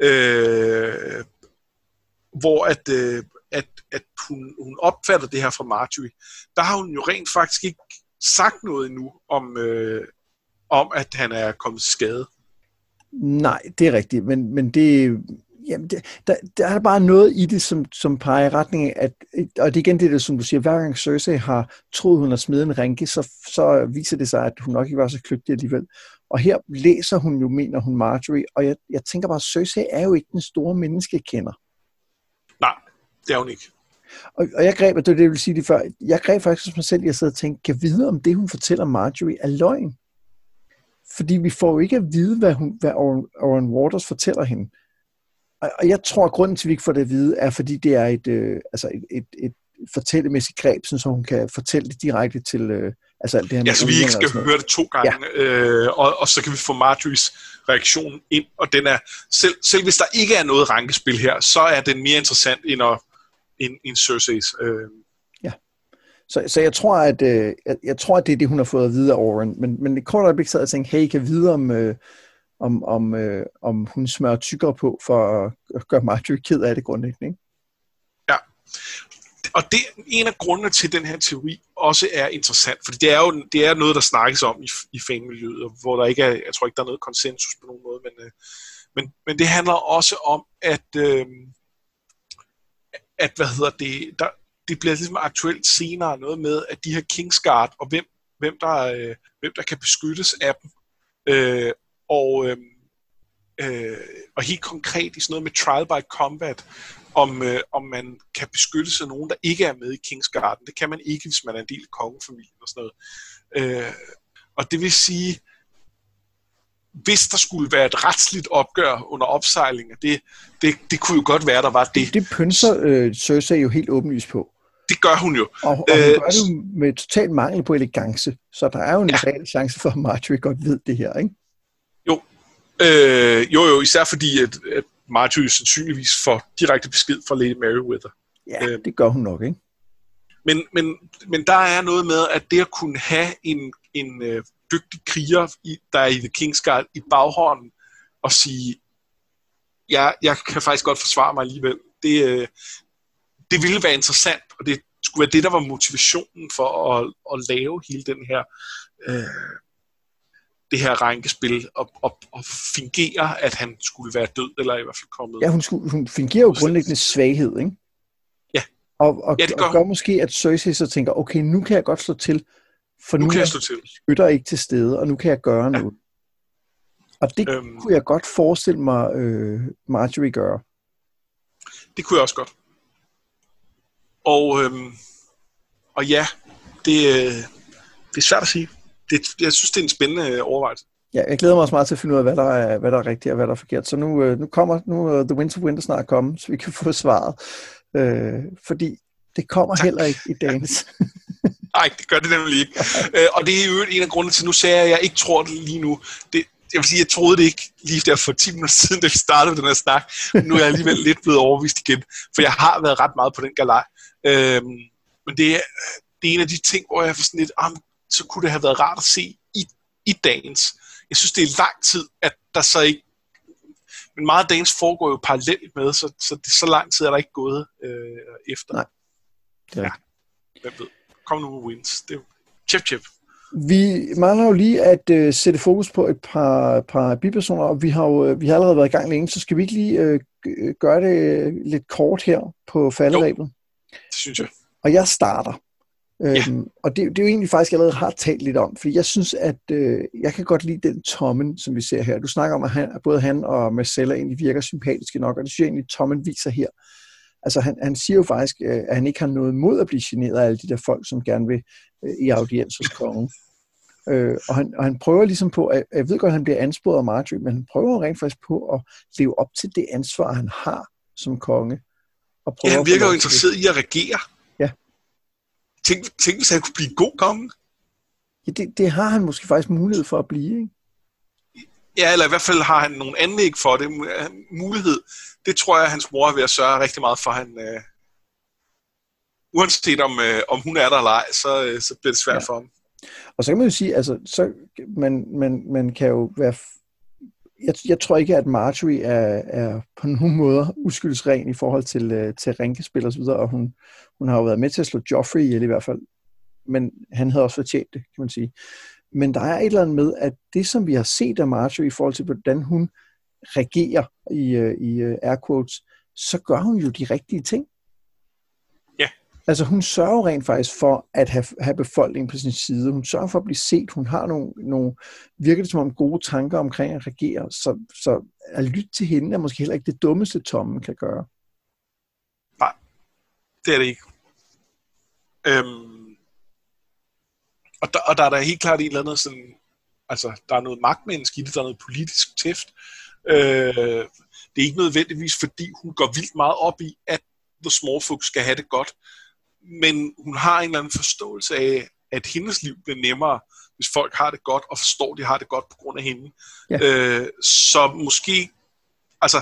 øh, hvor at, øh, at, at hun, hun opfatter det her fra Marjorie, der har hun jo rent faktisk ikke sagt noget endnu om, øh, om at han er kommet til skade. Nej, det er rigtigt, men, men det, jamen det, der, der er bare noget i det, som, som peger i retning af, at, og det er igen det, der, som du siger, hver gang Cersei har troet, hun har smidt en rænke, så, så viser det sig, at hun nok ikke var så kløgtig alligevel. Og her læser hun jo, mener hun Marjorie, og jeg, jeg tænker bare, at Cersei er jo ikke den store menneskekender. Nej, det er hun ikke. Og, og jeg greb, og det er det, jeg vil sige det før, jeg greb faktisk mig selv, jeg sad og tænkte, kan vide, om det, hun fortæller Marjorie, er løgn? Fordi vi får jo ikke at vide, hvad, hun, hvad Orien Waters fortæller hende. Og, og jeg tror, at grunden til, at vi ikke får det at vide, er, fordi det er et, øh, altså et, et, et fortællemæssigt greb, sådan, så hun kan fortælle det direkte til øh, altså alt det her. Ja, så vi ikke skal høre det to gange, ja. øh, og, og så kan vi få Marjories reaktion ind, og den er, selv, selv hvis der ikke er noget rankespil her, så er den mere interessant end, at, end, end Cerseis. Øh. Ja, så, så jeg tror, at øh, jeg, jeg tror, at det er det, hun har fået at vide af Orien, men, men i kort øjeblik sad jeg og tænkte, hey, kan vide om... Øh, Om, om, øh, om hun smører tykkere på for at gøre Marjorie ked af det grundlæggende, ikke? Ja, og det en af grundene til den her teori også er interessant, fordi det er jo det er noget, der snakkes om i, i fanmiljøet, hvor der ikke er, jeg tror ikke, der er noget konsensus på nogen måde, men, øh, men, men det handler også om, at, øh, at hvad hedder det, der, det bliver ligesom aktuelt senere noget med, at de her Kingsguard, og hvem, hvem, der, øh, hvem der kan beskyttes af dem, øh, Og, øh, øh, og helt konkret i sådan noget med trial by combat, om, øh, om man kan beskytte sig nogen, der ikke er med i Kingsguarden. Det kan man ikke, hvis man er en del af kongefamilien og sådan noget. Øh, og det vil sige, hvis der skulle være et retsligt opgør under opsejling, det, det, det kunne jo godt være, der var det. Det, det pynser øh, Cersei jo helt åbenlyst på. Det gør hun jo. Og, og hun øh, gør det jo med total mangel på elegance, så der er jo en ja. reel chance for, at Marjorie godt ved det her, ikke? Jo, øh, jo, jo, især fordi, at, at Marjorie sandsynligvis får direkte besked fra Lady Merryweather. Ja, øh, det gør hun nok, ikke? Men, men, men der er noget med, at det at kunne have en, en øh, dygtig kriger, i, der er i The Kingsguard, i baghånden, og sige, jeg, jeg kan faktisk godt forsvare mig alligevel. Det, øh, det ville være interessant, og det skulle være det, der var motivationen for at, at lave hele den her øh, det her rænkespil, og, og, og fingere, at han skulle være død, eller i hvert fald kommet. Ja, hun, skulle, hun fingerer jo grundlæggende svaghed, ikke? Ja. Og, og, ja, det gør, og gør måske, at Cersei så tænker, okay, nu kan jeg godt slå til, for nu, nu kan jeg slå til. Skytter ikke til stede, og nu kan jeg gøre ja. noget. Og det øhm, kunne jeg godt forestille mig, øh, Marjorie gøre. Det kunne jeg også godt. Og, øhm, og ja, det, det er svært at sige. Det, jeg synes, det er en spændende overvejelse. Ja, jeg glæder mig også meget til at finde ud af, hvad der er, hvad der er rigtigt og hvad der er forkert. Så nu, øh, nu kommer nu, uh, The Winds of Winter snart komme, så vi kan få svaret. Øh, fordi det kommer tak. Heller ikke i dagens. Nej, det gør det nemlig ikke. øh, og det er jo en af grundene til, nu sagde jeg, at jeg ikke tror det lige nu. Det, jeg vil sige, jeg troede det ikke lige der for ti minutter siden, da vi startede den her snak. Nu er jeg alligevel lidt blevet overbevist igen, for jeg har været ret meget på den galej. Øh, men det er, det er en af de ting, hvor jeg får sådan lidt, ah, så kunne det have været rart at se i, i dagens. Jeg synes, det er lang tid, at der så ikke... Men meget af dagens foregår jo parallelt med, så, så, det, så lang tid er der ikke gået øh, efter. Nej. Det er ja. Hvem ved? Kom nu med wins. Det er chip chip. Vi mangler jo lige at øh, sætte fokus på et par, par bipersoner, og vi har jo vi har allerede været i gang længe, så skal vi ikke lige øh, gøre det lidt kort her på falderebet? Det synes jeg. Og jeg starter. Ja. Øhm, og det, det er jo egentlig faktisk, jeg allerede har talt lidt om, fordi jeg synes, at øh, jeg kan godt lide den Tommen, som vi ser her. Du snakker om, at, han, at både han og Marcella egentlig virker sympatiske nok, og det synes jeg egentlig, Tommen viser her. Altså han, han siger jo faktisk, øh, at han ikke har noget mod at blive generet af alle de der folk, som gerne vil øh, i audiens hos kongen. Øh, og, han, og han prøver ligesom på, at, jeg ved godt, at han bliver ansporet af Marjorie, men han prøver rent faktisk på at leve op til det ansvar, han har som konge. Og ja, han virker jo interesseret i at regere. Ja. Tænk, tænk, hvis han kunne blive en god konge. Ja, det, det har han måske faktisk mulighed for at blive, ikke? Ja, eller i hvert fald har han nogle anlæg for det. Mulighed. Det tror jeg, at hans mor er ved at sørge rigtig meget for. Han, øh, uanset om, øh, om hun er der eller ej, så, øh, så bliver det svært ja. for ham. Og så kan man jo sige, altså, så man, man, man kan jo være... Jeg, jeg tror ikke, at Marjorie er, er på nogen måder uskyldsren i forhold til, til rænkespil og så videre, og hun, hun har jo været med til at slå Joffrey ihjel i hvert fald. Men han havde også fortjent det, kan man sige. Men der er et eller andet med, at det, som vi har set af Marjorie i forhold til, hvordan hun regerer i, i air quotes, så gør hun jo de rigtige ting. Ja. Altså hun sørger rent faktisk for at have, have befolkningen på sin side. Hun sørger for at blive set. Hun har nogle, nogle virker det som om gode tanker omkring at regere. Så, så at lytte til hende er måske heller ikke det dummeste, Tommen kan gøre. Nej, det er det ikke. Øhm, og, der, og der er der helt klart et eller andet sådan, altså der er noget magtmenneske i det, der er noget politisk tæft. Øh, det er ikke nødvendigvis, fordi hun går vildt meget op i, at The Smallfolk skal have det godt. Men hun har en eller anden forståelse af, at hendes liv bliver nemmere, hvis folk har det godt, og forstår, at de har det godt på grund af hende. Ja. Øh, så måske, altså,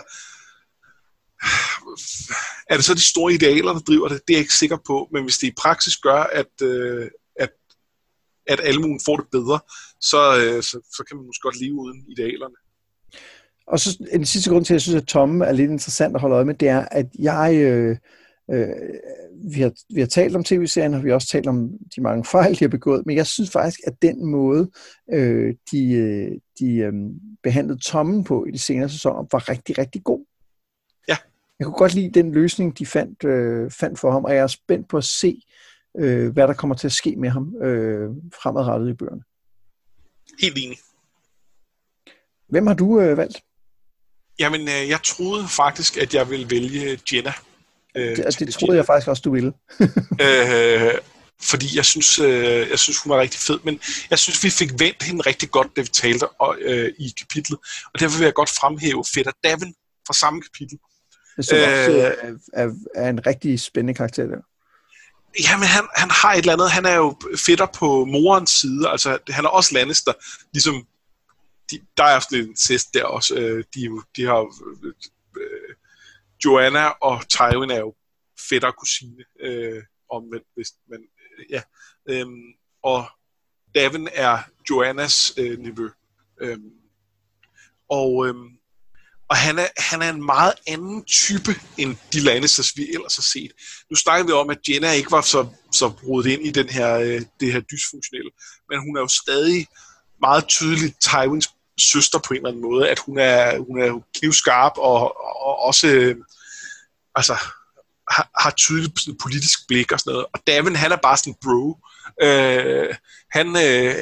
er det så de store idealer, der driver det? Det er jeg ikke sikker på, men hvis det i praksis gør, at, øh, at, at almuen får det bedre, så, øh, så, så kan man måske godt leve uden idealerne. Og så en sidste grund til, at jeg synes, at Tomme er lidt interessant at holde øje med, det er, at jeg... Øh, øh, vi, har, vi har talt om tv-serien, og vi har også talt om de mange fejl, de har begået, men jeg synes faktisk, at den måde, øh, de, de øh, behandlede Tommen på i de senere sæsoner, var rigtig, rigtig god. Ja. Jeg kunne godt lide den løsning, de fandt, øh, fandt for ham, og jeg er spændt på at se, øh, hvad der kommer til at ske med ham øh, fremadrettet i bøgerne. Helt enig. Hvem har du øh, valgt? Jamen, øh, jeg troede faktisk, at jeg ville vælge Jenna. Øh, det det troede jeg faktisk også, du ville. øh, fordi jeg synes, øh, jeg synes, hun var rigtig fed. Men jeg synes, vi fik vendt hende rigtig godt, da vi talte øh, i kapitlet. Og derfor vil jeg godt fremhæve Fætter Davin fra samme kapitel. Det synes øh, også er, er, er en rigtig spændende karakter der. Jamen, han, han har et eller andet. Han er jo fætter på morens side. Altså, han er også Lannister. Ligesom, de, der er sådan en incest der også. Øh, de, de har... Øh, Joanna og Tywin er jo fætter og kusine, øh, omvendt, hvis man, øh, ja. Øhm, og Davin er Joannas øh, nevø. Øhm, og, øhm, og han er, han er en meget anden type, end de Lannisters, vi ellers har set. Nu snakker vi om, at Jenna ikke var så, så brudt ind i den her, øh, det her dysfunktionelle, men hun er jo stadig meget tydeligt Tywins søster på en eller anden måde, at hun er, hun er knivskarp og, og også øh, altså, har, har tydeligt sådan politisk blik og sådan noget. Og Davin, han er bare sådan bro. Øh, han, øh,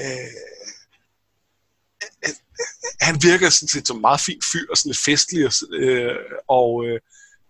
øh, han virker sådan set som en meget fin fyr og sådan lidt festlig og, øh, og øh,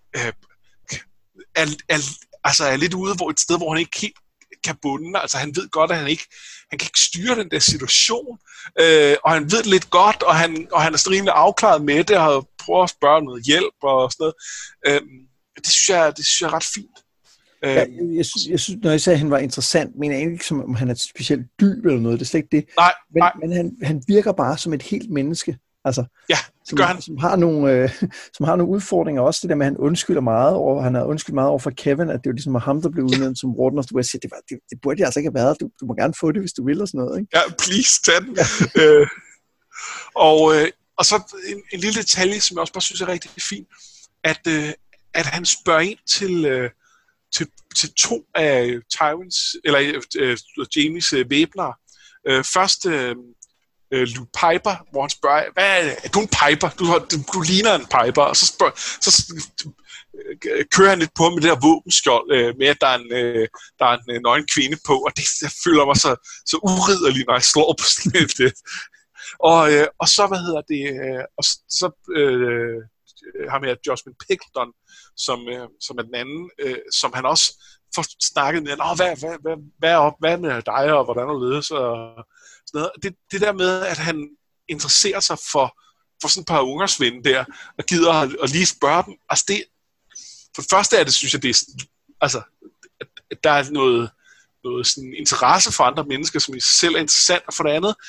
er, er, altså er lidt ude hvor et sted, hvor han ikke helt kan bunde. Altså han ved godt, at han ikke han kan ikke styre den der situation, øh, og han ved det lidt godt, og han, og han er rimelig afklaret med det, og prøver at spørge noget hjælp og sådan noget. Øh, det, synes jeg, det synes jeg er ret fint. Ja, jeg, jeg, synes, jeg synes, når jeg sagde, at han var interessant, mener jeg ikke, som om han er specielt dyb eller noget, det er slet ikke det. Nej, men nej. men han, han virker bare som et helt menneske. Altså, ja, det gør som, han. Som har, nogle, øh, som har nogle udfordringer også, det der med, at han undskylder meget over, han har undskyldt meget over for Kevin, at det var ligesom ham, der blev udnævnt ja. som Warden of the West. Det, var, det, det burde jeg altså ikke have været. Du, du må gerne få det, hvis du vil, og sådan noget. Ikke? Ja, please, tag den. Ja. øh, og, øh, og så en, en lille detalje, som jeg også bare synes er rigtig fint, at, øh, at han spørger ind til... Øh, Til, til to af Tywins, eller øh, Jamies øh, væbnere. Øh, først øh, øh, Luke Piper, hvor han spørger, hvad er, er du en Piper? Du, du, du ligner en Piper. Og så, spørger, så øh, kører han lidt på med det der våbenskjold, øh, med at der er en, øh, der er en øh, nøgen kvinde på, og det jeg føler mig så, så uridderlig, når jeg slår på sådan et. Øh. Og, øh, og så, hvad hedder det, øh, og så øh, ham her, Jocelyn Pickleton, som, øh, som er den anden, øh, som han også får snakket med, Nå, hvad, hvad, hvad, hvad, op, hvad med dig, og hvordan du ledes, og sådan noget. Det, det der med, at han interesserer sig for, for sådan et par ungers ven der, og gider at, at lige spørge dem. Altså det, for det første er det, synes jeg, det er, altså, at der er noget, noget sådan interesse for andre mennesker, som i sig selv er interessant, og for det andet,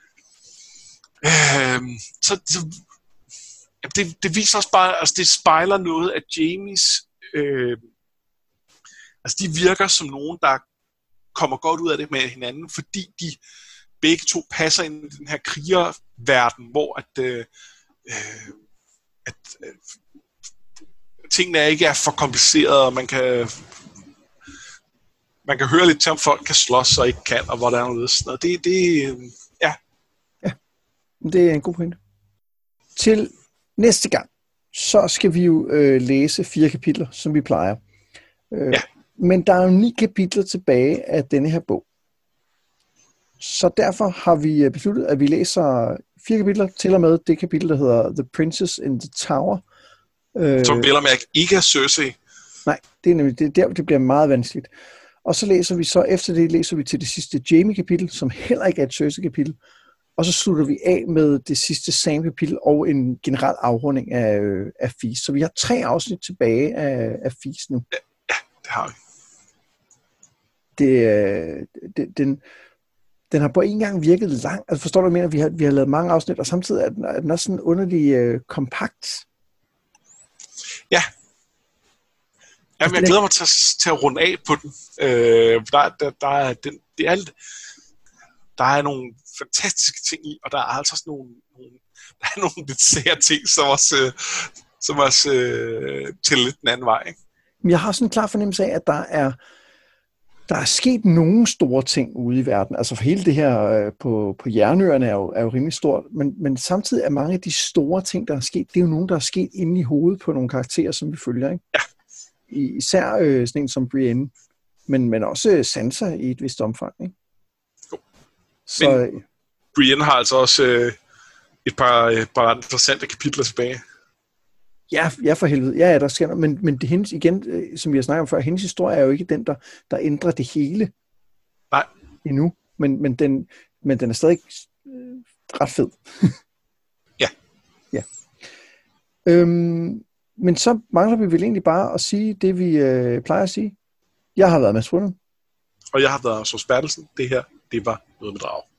øh, så, så Det, det viser også bare, altså det spejler noget af Jamies, øh, altså de virker som nogen, der kommer godt ud af det med hinanden, fordi de begge to passer ind i den her krigerverden, hvor at, øh, at øh, tingene ikke er for komplicerede, og man kan, man kan høre lidt til, om folk kan slås og ikke kan, og hvordan det er. Det, det, øh, ja. Ja, det er en god pointe. Til næste gang, så skal vi jo øh, læse fire kapitler, som vi plejer. Øh, ja. Men der er jo ni kapitler tilbage af denne her bog. Så derfor har vi besluttet, at vi læser fire kapitler, til og med det kapitel, der hedder The Princess in the Tower. Øh, som vel og mærke ikke er Cersei. Nej, det er nemlig det er der, det bliver meget vanskeligt. Og så læser vi så, efter det læser vi til det sidste Jaime-kapitel, som heller ikke er et Cersei-kapitel. Og så slutter vi af med det sidste Sam-kapitel og en generel afrunding af, af Feast. Så vi har tre afsnit tilbage af, af Feast nu. Ja, det har vi. Det, det, den, den har på en gang virket lang. Altså forstår du, hvad jeg mener? Vi har, vi har lavet mange afsnit, og samtidig er den, er den også sådan underlig uh, kompakt. Ja. Jamen, jeg glæder mig til, til at runde af på den. Øh, der, der, der, er, den det er, der er nogle fantastiske ting i, og der er altså også nogle, nogle, der er nogle lidt sære ting, som også, øh, som også øh, til lidt den anden vej. Ikke? Jeg har sådan en klar fornemmelse af, at der er der er sket nogle store ting ude i verden. Altså for hele det her øh, på, på Jernøerne er jo, er jo rimelig stort, men, men samtidig er mange af de store ting, der er sket, det er jo nogen, der er sket inde i hovedet på nogle karakterer, som vi følger. Ikke? Ja. I, især øh, sådan en som Brienne, men, men også Sansa i et vist omfang. Ikke? Jo. Så, men Brienne har altså også øh, et par, et par interessante kapitler tilbage. Ja, ja for helvede. Ja, ja, der sker noget. Men, men det hendes, igen, som vi har snakket om før, hendes historie er jo ikke den, der, der ændrer det hele. Nej. Endnu. Men, men, den, men den er stadig øh, ret fed. Ja. Ja. Øhm, men så mangler vi vel egentlig bare at sige det, vi øh, plejer at sige. Jeg har været Mads Brunner. Og jeg har været Søs Bertelsen. Det her, det var Noget med Drage.